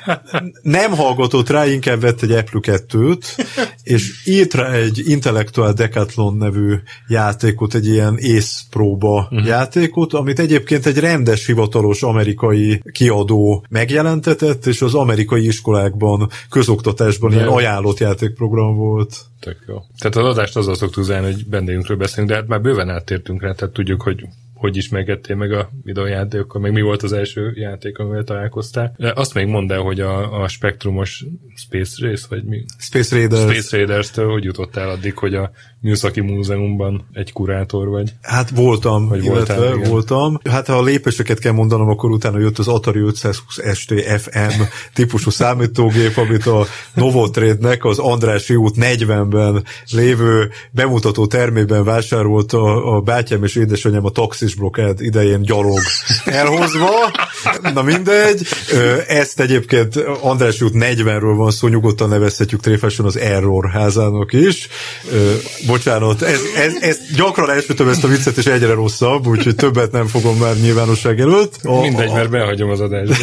Speaker 3: Nem hallgatott rá, inkább vett egy Apple kettőt, és írt rá egy Intellectual Decathlon nevű játékot, egy ilyen észpróba uh-huh. játékot, amit egyébként egy rendes, hivatalos amerikai kiadó megjelentetett, és az amerikai iskolákban, közoktatásban de ilyen ajánlott játékprogram volt.
Speaker 1: Tök jó. Tehát az adást azzal szoktuk zárni, hogy vendégünkről beszélünk, de hát már bőven áttértünk rá, tehát tudjuk, hogy hogy ismerkedtél meg a videójátékokkal, meg mi volt az első játék, amivel találkoztál. De azt még mondd el, hogy a, a spektrumos Space Race, vagy mi?
Speaker 3: Space Raiders.
Speaker 1: Space Raiders-től hogy jutottál addig, hogy a Műszaki Múzeumban egy kurátor vagy?
Speaker 3: Hát voltam,
Speaker 1: vagy
Speaker 3: illetve
Speaker 1: voltál,
Speaker 3: voltam. Hát ha a lépéseket kell mondanom, akkor utána jött az Atari ötszázhúsz S T F M típusú számítógép, amit a Novotrade-nek az Andrássy út negyvenben lévő bemutató termében vásárolt a, a bátyám és édesanyám a taxis blokkád idején gyalog elhozva. Na mindegy, ezt egyébként András út negyvenről van szó, nyugodtan nevezhetjük tréfáson az Error házának is. Bocsánat, ez, ez, ez gyakran elsütöm ezt a viccet, és egyre rosszabb, úgyhogy többet nem fogom már nyilvánosság előtt.
Speaker 1: A, Mindegy, a, mert behagyom az adásba.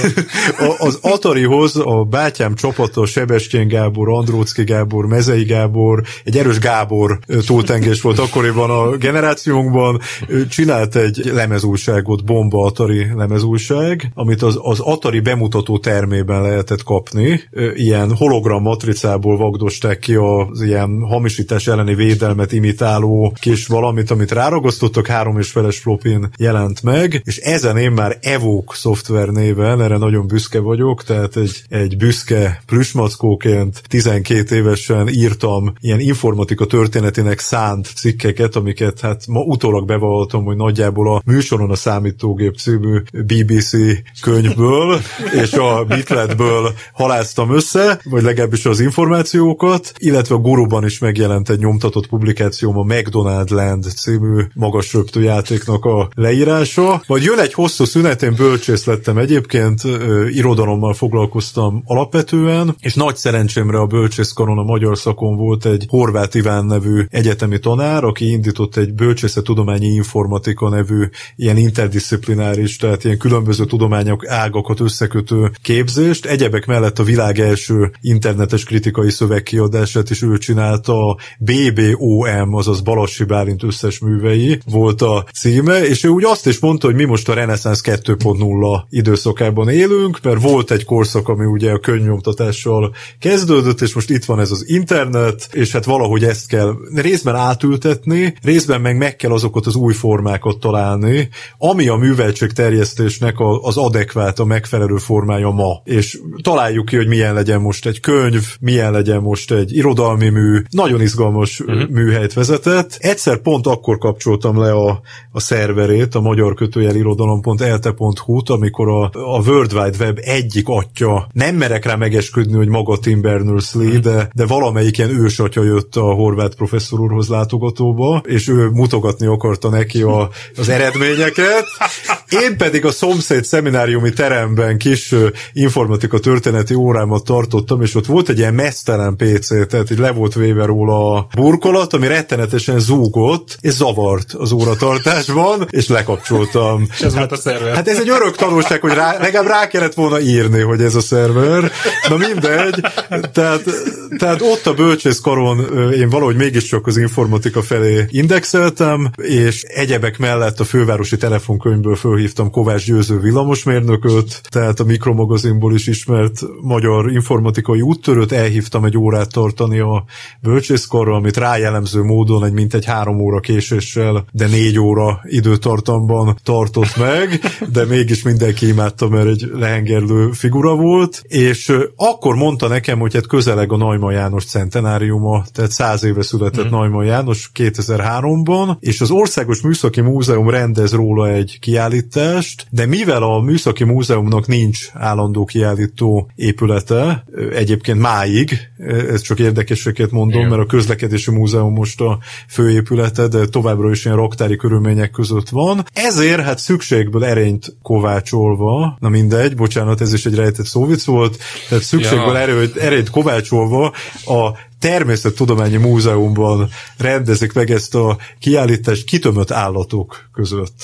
Speaker 3: Az Atarihoz a bátyám csapata, Sebestyén Gábor, Andróczki Gábor, Mezei Gábor, egy erős Gábor túltengés volt akkoriban a generációnkban, csinált egy lemezújságot, Bomba Atari lemezújság, amit az, az Atari bemutató termében lehetett kapni. Ilyen hologram matricából vagdosták ki az ilyen hamisítás elleni védelmet imitáló kis valamit, amit ráragasztottak, három és feles flopin jelent meg, és ezen én már Evoke szoftver néven, erre nagyon büszke vagyok, tehát egy, egy büszke plüsmackóként tizenkét évesen írtam ilyen informatika történetének szánt cikkeket, amiket hát ma utólag bevallottam, hogy nagyjából a Műsoron a Számítógép című bé bé cé könyvből és a Bitletből haláztam össze, vagy legalábbis az információkat, illetve a Guruban is megjelent egy nyomtatott publikációm, a McDonald Land című magasröptő játéknak a leírása. Majd jön egy hosszú szünet, én bölcsész lettem egyébként, irodalommal foglalkoztam alapvetően, és nagy szerencsémre a bölcsészkaron a magyar szakon volt egy Horváth Iván nevű egyetemi tanár, aki indított egy bölcsészettudományi informatika nevű ilyen interdisziplináris, tehát ilyen különböző tudományok ágakat összekötő képzést. Egyebek mellett a világ első internetes kritikai szövegkiadását is ő csinálta, a bé bé o em, azaz Balassi Bálint összes művei volt a címe, és ő úgy azt is mondta, hogy mi most a reneszánsz kettő pont nulla időszakában élünk, mert volt egy korszak, ami ugye a könyvnyomtatással kezdődött, és most itt van ez az internet, és hát valahogy ezt kell részben átültetni, részben meg meg kell azokat az új formákat találni, ami a műveltségterjesztésnek az adekvát, a megfelelő formája ma. És találjuk ki, hogy milyen legyen most egy könyv, milyen legyen most egy irodalmi mű, nagyon izgalmas uh-huh. műhelyt vezetett. Egyszer pont akkor kapcsoltam le a, a szerverét, a magyar kötőjel irodalom pont elte pont hu-t, amikor a, a World Wide Web egyik atya, nem merek rá megesküdni, hogy maga Tim Berners-Lee, de, de valamelyik ilyen ősatya jött a horvát professzor úrhoz látogatóba, és ő mutogatni akarta neki a, az eredményeket. Én pedig a szomszéd szemináriumi teremben kis informatika történeti órámat tartottam, és ott volt egy ilyen mesztelen pé cé, tehát így le volt véve róla a burkolat, ami rettenetesen zúgott, és zavart az óratartásban, és lekapcsoltam.
Speaker 1: És ez hát, volt a szerver.
Speaker 3: Hát ez egy örök tanulság, hogy rá, legalább rá kellett volna írni, hogy ez a szerver. Na mindegy, tehát, tehát ott a bölcsészkaron én valahogy mégiscsak az informatika felé indexeltem, és egyebek mellett a fővárosi telefonkönyvből fölhívtam Kovács Győző villamosmérnököt, tehát a Mikromagazinból is ismert magyar informatikai úttörőt, elhívtam egy órát tartani a bölcsészkarra, amit rájellemző módon egy mintegy három óra késéssel, de négy óra időtartamban tartott meg, de mégis mindenki imádta, mert egy lehengerlő figura volt, és akkor mondta nekem, hogy hát közeleg a Neumann János centenáriuma, tehát száz éve született mm. Neumann János kétezer-háromban, és az Országos Műszaki Múzeum rendez róla egy kiállítást, de mivel a Műszaki Múzeumnak nincs állandó kiállító épülete, egyébként máig, ez csak érdekességet mondom, igen, mert a Közlekedési Múzeum most a főépülete, de továbbra is ilyen raktári körülmények között van. Ezért hát szükségből erényt kovácsolva, na mindegy, bocsánat, ez is egy rejtett szóvic volt, tehát szükségből ja. erényt, erényt kovácsolva a Természettudományi Múzeumban rendezik meg ezt a kiállítást kitömött állatok között.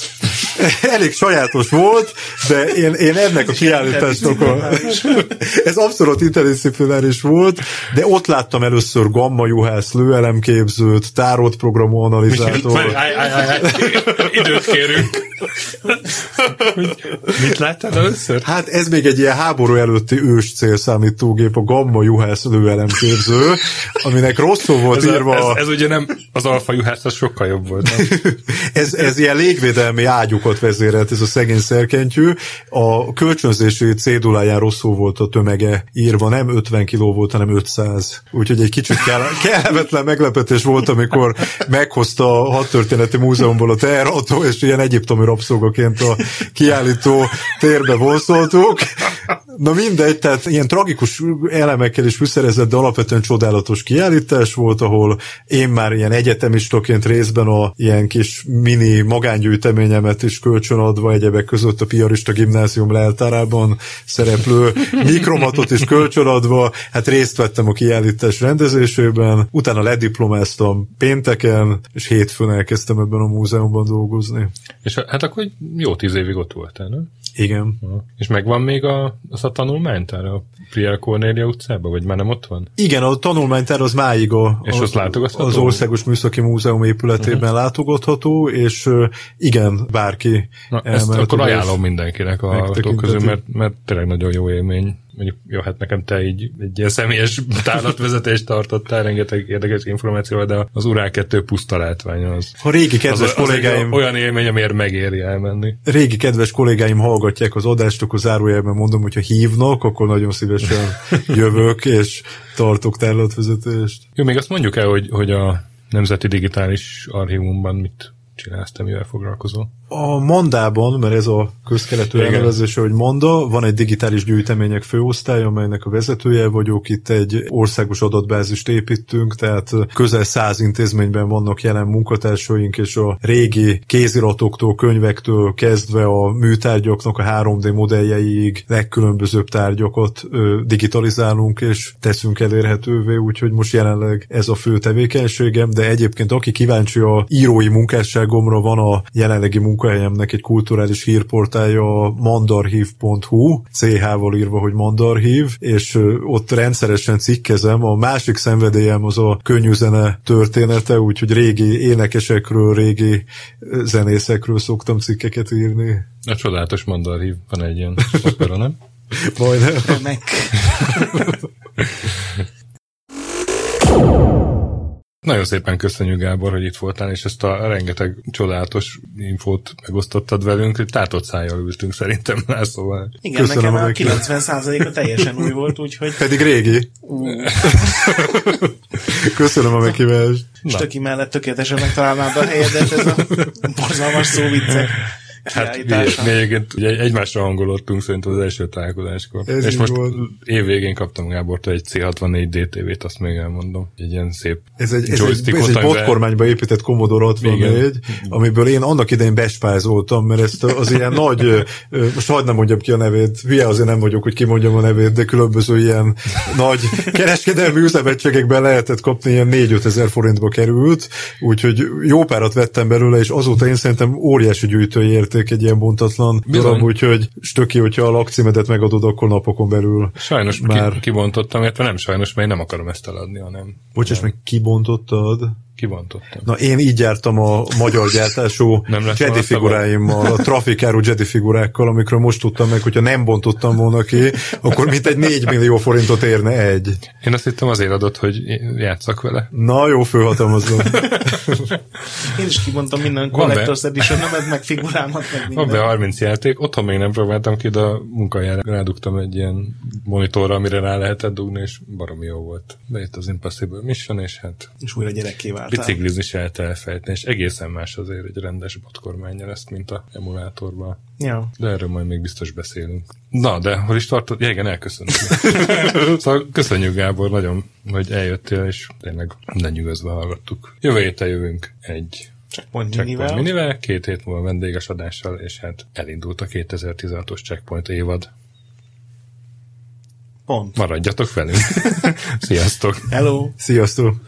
Speaker 3: Elég sajátos volt, de én, én ennek a kiállításnak a... ez abszolút interdisziplináris volt, de ott láttam először gamma juhász lőelemképzőt, tárolt programú analizátor.
Speaker 1: Időt kérünk. Mit láttál először?
Speaker 3: Hát ez még egy ilyen háború előtti ős célszámítógép, a gamma juhász lőelemképző, aminek rosszul volt ez írva...
Speaker 1: A, ez, ez ugye nem az alfa juhász, az sokkal jobb volt.
Speaker 3: ez, ez ilyen légvédelmi ágyukat vezérelt, ez a szegény szerkentyű. A kölcsönzési céduláján rosszul volt a tömege írva, nem ötven kiló volt, hanem ötszáz. Úgyhogy egy kicsit kell, kellemetlen meglepetés volt, amikor meghozta a Hadtörténeti Múzeumból a teherautó, és ilyen egyiptomi rabszolgaként a kiállító térbe vonszoltuk. Na mindegy, tehát ilyen tragikus elemekkel is fűszerezett, de alapvetően csodálatos kiállítás volt, ahol én már ilyen egyetemistaként részben a ilyen kis mini magángyűjteményemet is kölcsönadva, egyebek között a Piarista Gimnázium leltárában szereplő mikromatot is kölcsönadva, hát részt vettem a kiállítás rendezésében, utána lediplomáztam pénteken, és hétfőn elkezdtem ebben a múzeumban dolgozni.
Speaker 1: És hát akkor jó tíz évig ott voltál, nem?
Speaker 3: Igen.
Speaker 1: Ha. És megvan még a, az a tanulmánytár a Priel Kornélia utcában, vagy már nem ott van?
Speaker 3: Igen, a tanulmánytár az máig a,
Speaker 1: és
Speaker 3: az,
Speaker 1: az
Speaker 3: Országos Műszaki Múzeum épületében uh-huh. látogatható, és uh, igen, bárki
Speaker 1: Na, ezt akkor ajánlom mindenkinek a hallgatók közül, mert, mert tényleg nagyon jó élmény. Mondjuk, jó, hát nekem te így egy ilyen személyes tárlatvezetést tartottál, rengeteg érdekes információval, de az Urál kettő puszta látvány az.
Speaker 3: Ha régi kedves
Speaker 1: az, az
Speaker 3: kollégáim...
Speaker 1: olyan élmény, amiért megéri elmenni.
Speaker 3: Régi kedves kollégáim hallgatják az adást, akkor zárójelben mondom, hogyha hívnak, akkor nagyon szívesen jövök, és tartok tárlatvezetést.
Speaker 1: Jó, még azt mondjuk el, hogy, hogy a Nemzeti Digitális Archívumban mit csinálsz, te mivel foglalkozol?
Speaker 3: A Mandában, mert ez a közkeletű elnevezése, hogy Manda, van egy digitális gyűjtemények főosztály, amelynek a vezetője vagyok, itt egy országos adatbázist építünk, tehát közel száz intézményben vannak jelen munkatársaink, és a régi kéziratoktól, könyvektől kezdve a műtárgyaknak a három dé modelljeiig legkülönbözőbb tárgyakat ö, digitalizálunk, és teszünk elérhetővé, úgyhogy most jelenleg ez a fő tevékenységem, de egyébként aki kíváncsi a írói munkásságomra, van a jelenlegi munkahelyemnek egy kulturális hírportálja, a mandarhív pont hu, cé há-val írva, hogy Mandarhív, és ott rendszeresen cikkezem. A másik szenvedélyem az a könnyű zene története, úgyhogy régi énekesekről, régi zenészekről szoktam cikkeket írni.
Speaker 1: A csodálatos Mandarhív, van egy ilyen opera, nem?
Speaker 3: Majdnem.
Speaker 2: Remek.
Speaker 1: Nagyon szépen köszönjük, Gábor, hogy itt voltál, és ezt a rengeteg csodálatos infót megosztottad velünk. Tátott szájjal ültünk szerintem már, szóval.
Speaker 2: Igen, köszönöm, nekem a kilencven százaléka teljesen új volt, úgyhogy...
Speaker 3: Pedig régi. Köszönöm a meghívást.
Speaker 2: Stöki mellett tökéletesen megtalálnád a helyedet, ez a borzalmas szóviccek.
Speaker 1: Hát mi egyébként ugye egymásra hangolottunk szerintem az első találkozáskor. Ez és most volt. Évvégén kaptam Gábortól egy cé hatvannégy dé té vét, azt még elmondom. Egy ilyen szép
Speaker 3: Ez egy, ez egy, ez egy botkormányba épített Commodore hatvannégy, amiből én annak idején bespázoltam, mert ezt az ilyen nagy, most hagyd nem mondjam ki a nevét, hülye azért nem vagyok, hogy kimondjam a nevét, de különböző ilyen nagy kereskedelmi üzemegységekben lehetett kapni, ilyen négy-öt ezer forintba került, úgyhogy jó párat vettem belőle, és azóta én szerintem óriási gyűjtői érték egy ilyen bontatlan darab, úgyhogy Stöki, hogyha a lakcímedet megadod, akkor napokon belül
Speaker 1: sajnos már... ki, kibontottam, illetve nem sajnos, mert én nem akarom ezt eladni, hanem...
Speaker 3: Bocsáss meg, kibontottad?
Speaker 1: Kibontottam.
Speaker 3: Na, én így jártam a magyar gyártású Jedi figuráimmal, a trafikáru Jedi figurákkal, amikről most tudtam meg, hogyha nem bontottam volna ki, akkor mint egy négy millió forintot érne egy.
Speaker 1: Én azt hittem azért adott, hogy játsszak vele.
Speaker 3: Na, jó, főhatalmazom.
Speaker 2: Én is kibontam minden Collector's Edition-emet, meg figurámat, meg minden.
Speaker 1: Van be harminc játék, otthon még nem próbáltam ki, de a munkahelyen rádugtam egy ilyen monitorra, amire rá lehetett dugni, és baromi jó volt. Bejött az Impossible Mission, és hát...
Speaker 2: És újra gyerekké váltál.
Speaker 1: Biciklizni se lehet elfejteni, és egészen más azért egy rendes botkormánnyal ezt, mint a emulátorban.
Speaker 2: Ja.
Speaker 1: De erről majd még biztos beszélünk. Na, de hol is tartott? Ja, igen, elköszönjük. Szóval köszönjük, Gábor, nagyon, hogy eljöttél, és tényleg lenyűgözve hallgattuk. Jövő héten jövünk egy
Speaker 2: Checkpoint,
Speaker 1: Checkpoint
Speaker 2: minivel.
Speaker 1: minivel, két hét múlva vendéges adással, és hát elindult a kétezer-tizenhatos Checkpoint évad.
Speaker 2: Pont.
Speaker 1: Maradjatok velünk. Sziasztok!
Speaker 2: Hello!
Speaker 3: Sziasztok!